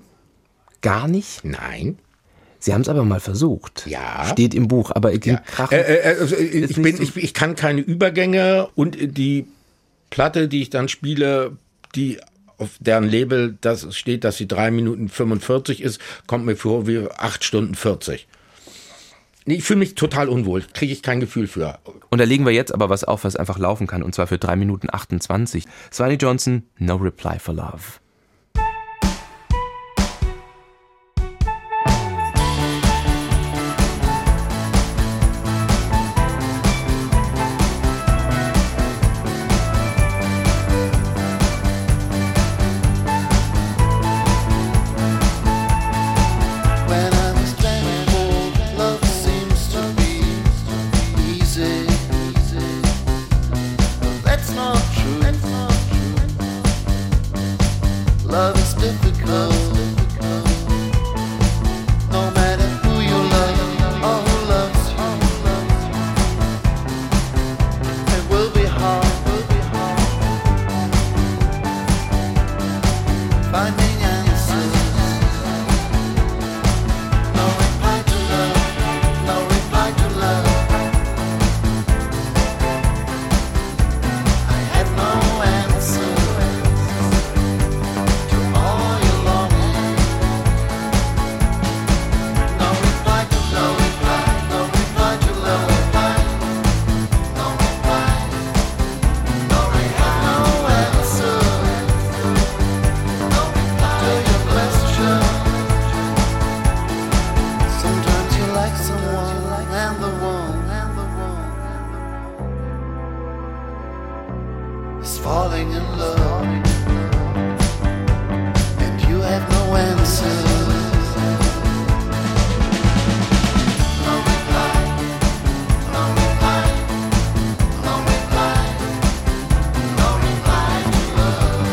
Gar nicht? Nein. Sie haben es aber mal versucht. Ja. Steht im Buch, aber ja. Krachen äh, äh, also ich, bin, so ich, ich kann keine Übergänge und die Platte, die ich dann spiele, die auf deren Label das steht, dass sie drei Minuten fünfundvierzig ist, kommt mir vor wie acht Stunden vierzig. Nee, ich fühle mich total unwohl, kriege ich kein Gefühl für. Und da legen wir jetzt aber was auf, was einfach laufen kann, und zwar für drei Minuten achtundzwanzig. Swanee Johnson, No Reply for Love. When I was Love is difficult. No matter who you love or who loves you, it will be hard. Finding answers. No reply to love. No reply to love. I have no answer to all your longing. No reply to no reply. No reply to love. No reply. No reply. No answer. To your question. Sometimes you like someone and the one is falling in love, and you have no answers. No reply, no reply, no reply, no reply to love.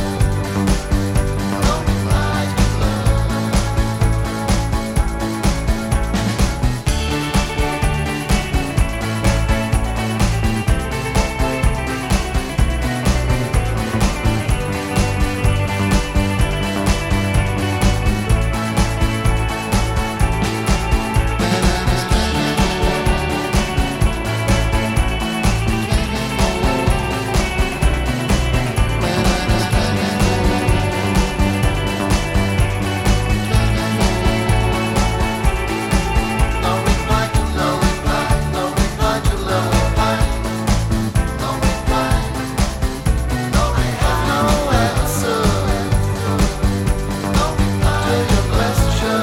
No reply to love. No reply to no reply, no reply to no reply, no reply, no reply, no answer, no reply to your question.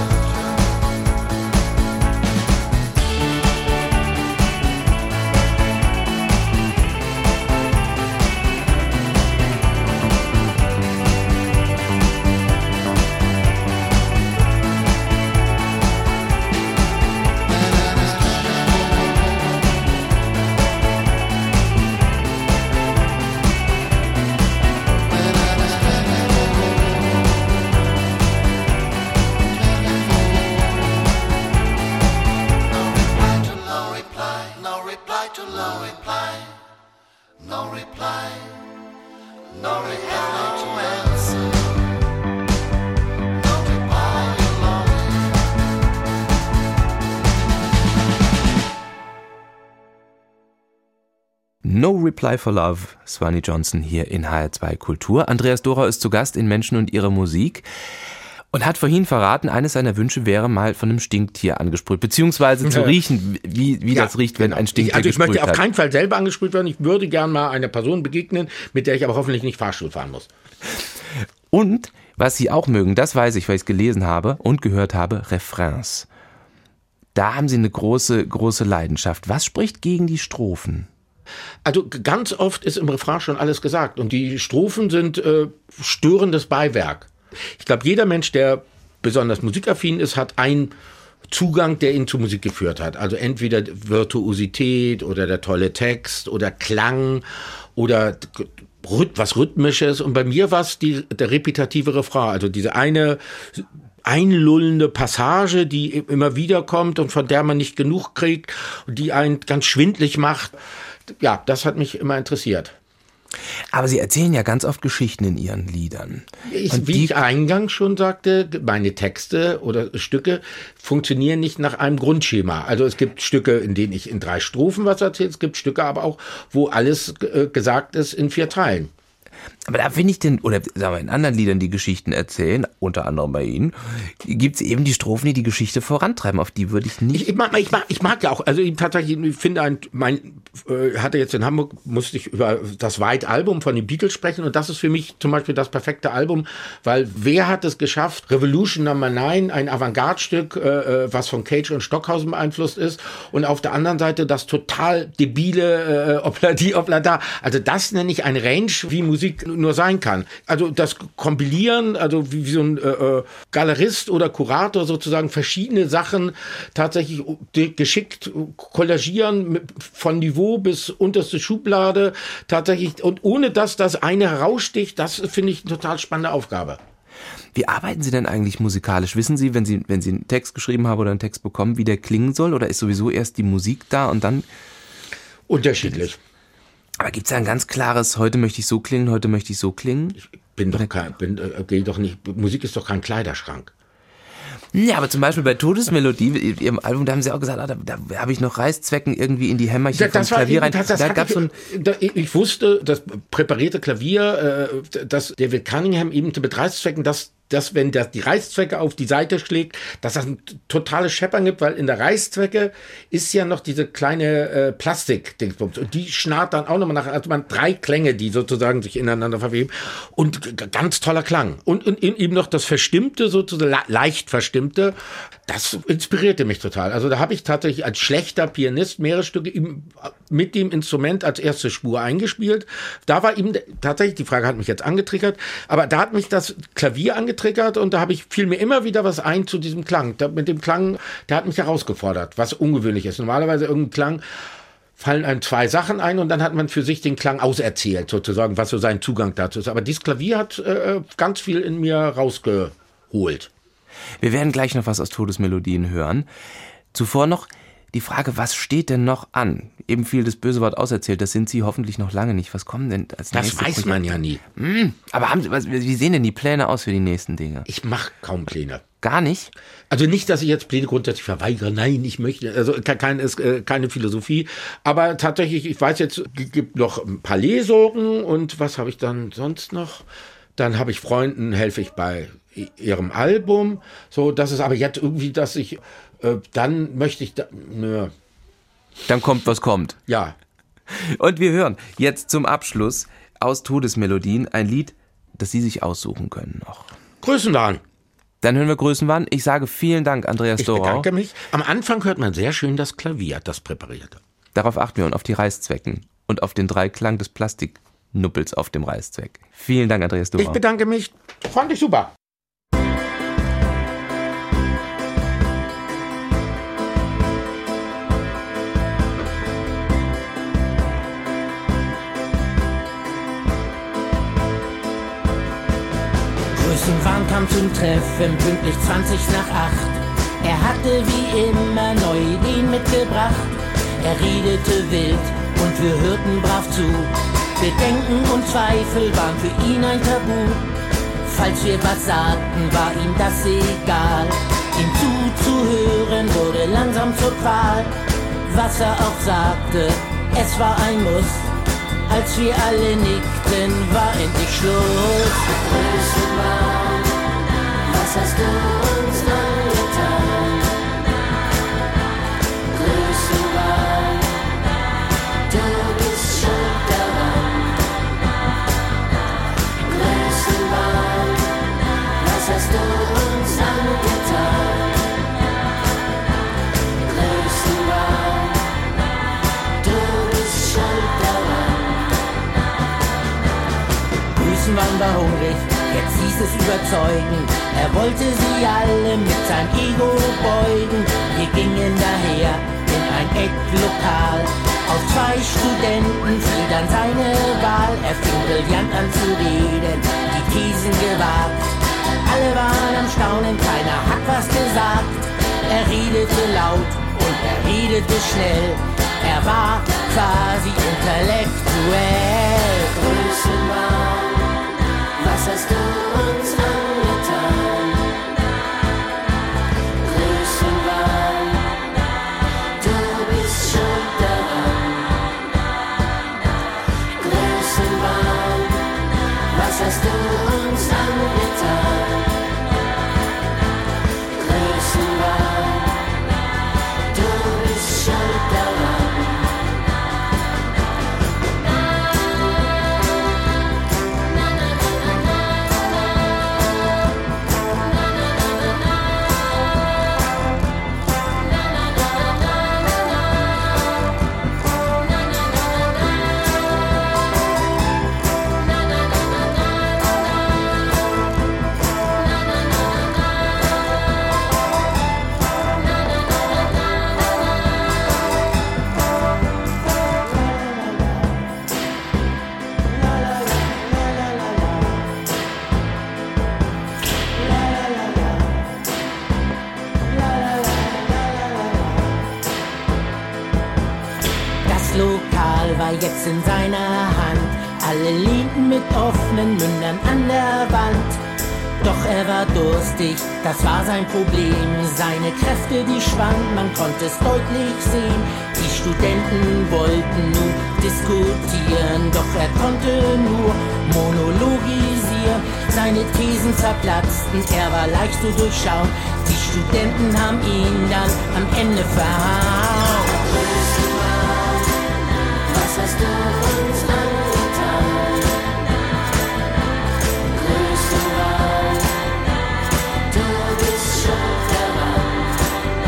No reply, no reply to no reply, no reply, no reply to answer, no reply to longing. No Reply for Love, Swanee Johnson hier in H R zwei Kultur. Andreas Dorau ist zu Gast in Menschen und ihre Musik und hat vorhin verraten, eines seiner Wünsche wäre mal von einem Stinktier angesprüht, beziehungsweise zu Ja. riechen, wie, wie Ja, das riecht, wenn genau. ein Stinktier ich, Also ich gesprüht möchte auf hat. keinen Fall selber angesprüht werden. Ich würde gern mal einer Person begegnen, mit der ich aber hoffentlich nicht Fahrstuhl fahren muss. Und was Sie auch mögen, das weiß ich, weil ich es gelesen habe und gehört habe, Refrains. Da haben Sie eine große, große Leidenschaft. Was spricht gegen die Strophen? Also ganz oft ist im Refrain schon alles gesagt und die Strophen sind äh, störendes Beiwerk. Ich glaube, jeder Mensch, der besonders musikaffin ist, hat einen Zugang, der ihn zu Musik geführt hat. Also entweder Virtuosität oder der tolle Text oder Klang oder was Rhythmisches. Und bei mir war es die, der repetitive Refrain, also diese eine einlullende Passage, die immer wieder kommt und von der man nicht genug kriegt und die einen ganz schwindlig macht. Ja, das hat mich immer interessiert. Aber Sie erzählen ja ganz oft Geschichten in Ihren Liedern. Ich, Und wie die- ich eingangs schon sagte, meine Texte oder Stücke funktionieren nicht nach einem Grundschema. Also es gibt Stücke, in denen ich in drei Strophen was erzähle, es gibt Stücke aber auch, wo alles äh, gesagt ist in vier Teilen. Aber da finde ich den, oder sagen wir in anderen Liedern, die Geschichten erzählen, unter anderem bei Ihnen, gibt es eben die Strophen, die die Geschichte vorantreiben. Auf die würde ich nicht... Ich, ich, mag, ich, mag, ich mag ja auch, also ich tatsächlich, ich finde, ein, mein, äh, hatte jetzt in Hamburg, musste ich über das White-Album von den Beatles sprechen und das ist für mich zum Beispiel das perfekte Album, weil wer hat es geschafft, Revolution Number Nine, ein Avantgarde-Stück, äh, was von Cage und Stockhausen beeinflusst ist und auf der anderen Seite das total debile äh, Obladi Oblada. Also das nenne ich eine Range, wie Musik Musik nur sein kann. Also das Kompilieren, also wie, wie so ein äh, Galerist oder Kurator sozusagen verschiedene Sachen tatsächlich geschickt kollagieren, mit, von Niveau bis unterste Schublade tatsächlich, und ohne dass das eine heraussticht, das finde ich eine total spannende Aufgabe. Wie arbeiten Sie denn eigentlich musikalisch? Wissen Sie, wenn Sie, wenn Sie einen Text geschrieben haben oder einen Text bekommen, wie der klingen soll? Oder ist sowieso erst die Musik da und dann? Unterschiedlich. Aber gibt es da ein ganz klares, heute möchte ich so klingen, heute möchte ich so klingen? Ich bin doch kein, bin, äh, geh doch nicht, Musik ist doch kein Kleiderschrank. Ja, aber zum Beispiel bei Todesmelodie, Ihrem Album, da haben Sie auch gesagt, ah, da, da habe ich noch Reißzwecken irgendwie in die Hämmerchen vom Klavier rein. Das, das da gab's ich, so ein da, ich wusste, das präparierte Klavier, äh, dass David Cunningham eben mit Reißzwecken, dass dass wenn das die Reißzwecke auf die Seite schlägt, dass das ein totales Scheppern gibt, weil in der Reißzwecke ist ja noch diese kleine äh, Plastik-Dingsbums und die schnarrt dann auch nochmal nach, also man drei Klänge, die sozusagen sich ineinander verweben und g- ganz toller Klang. Und, und eben noch das Verstimmte, sozusagen le- leicht Verstimmte, das inspirierte mich total. Also da habe ich tatsächlich als schlechter Pianist mehrere Stücke ihm, mit dem Instrument als erste Spur eingespielt. Da war eben tatsächlich, die Frage hat mich jetzt angetriggert, aber da hat mich das Klavier angetriggert und da habe ich fiel mir immer wieder was ein zu diesem Klang. Da, mit dem Klang, der hat mich herausgefordert, was ungewöhnlich ist. Normalerweise irgendein Klang, fallen einem zwei Sachen ein und dann hat man für sich den Klang auserzählt, sozusagen, was so sein Zugang dazu ist. Aber dieses Klavier hat äh, ganz viel in mir rausgeholt. Wir werden gleich noch was aus Todesmelodien hören. Zuvor noch die Frage, was steht denn noch an? Eben viel das böse Wort auserzählt, das sind Sie hoffentlich noch lange nicht. Was kommen denn als nächstes? Das weiß man ja nie. Hm, aber haben Sie, was, wie sehen denn die Pläne aus für die nächsten Dinge? Ich mache kaum Pläne. Gar nicht? Also nicht, dass ich jetzt Pläne grundsätzlich verweigere. Nein, ich möchte, also kein, ist äh, keine Philosophie. Aber tatsächlich, ich weiß jetzt, es gibt noch ein paar Lesungen und was habe ich dann sonst noch? Dann habe ich Freunden, helfe ich bei ihrem Album. So, das ist aber jetzt irgendwie, dass ich, äh, dann möchte ich, da, nö. Dann kommt, was kommt. Ja. Und wir hören jetzt zum Abschluss aus Todesmelodien ein Lied, das Sie sich aussuchen können noch. Größenwahn. Dann hören wir Größenwahn. Ich sage vielen Dank, Andreas Ich Dorau. bedanke mich. Am Anfang hört man sehr schön das Klavier, das präparierte. Darauf achten wir und auf die Reißzwecken und auf den Dreiklang des Plastiknuppels auf dem Reißzweck. Vielen Dank, Andreas Dorau. Ich bedanke mich. Fand ich super. Größenwahn kam zum Treffen, pünktlich zwanzig nach acht. Er hatte wie immer neue Ideen mitgebracht. Er redete wild und wir hörten brav zu. Bedenken und Zweifel waren für ihn ein Tabu. Falls wir was sagten, war ihm das egal. Ihm zuzuhören wurde langsam zur Qual. Was er auch sagte, es war ein Muss. Als wir alle nickten, war endlich Schluss. Größenwahn, was hast du uns angetan? Größenwahn, du bist schuld daran. Größenwahn, was hast du uns angetan? Größenwahn, du bist schuld daran. Größenwahn war hungrig, jetzt hieß es überzeugen. Er wollte sie alle mit seinem Ego beugen. Wir gingen daher in ein Ecklokal. Auf zwei Studenten fiel dann seine Wahl. Er fing brillant an zu reden, die Thesen gewagt. Alle waren am Staunen, keiner hat was gesagt. Er redete laut und er redete schnell. Er war quasi intellektuell. Größenwahn, was hast du uns angetan? Größenwahn, du bist schuld daran. Größenwahn, was hast du uns angetan? Größenwahn, du bist schuld daran. war jetzt in seiner Hand. Alle lehnten mit offenen Mündern an der Wand. Doch er war durstig, das war sein Problem. Seine Kräfte, die schwanden, man konnte es deutlich sehen. Die Studenten wollten nun diskutieren, doch er konnte nur monologisieren. Seine Thesen zerplatzten, er war leicht zu durchschauen. Die Studenten haben ihn dann am Ende verhauen. Was hast du uns angetan? Größte Wahl, du bist schon verwandt.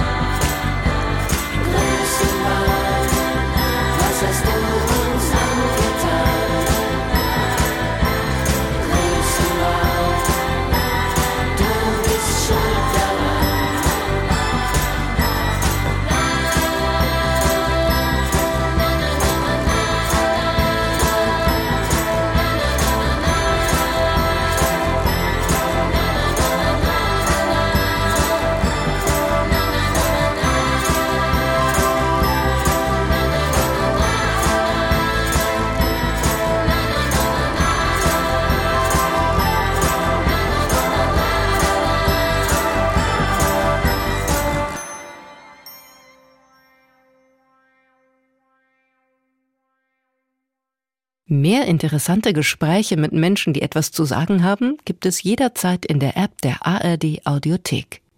Größte Wahl, was hast du uns angetan? Größte Wahl, du bist schon verwandt. Mehr interessante Gespräche mit Menschen, die etwas zu sagen haben, gibt es jederzeit in der App der A R D Audiothek.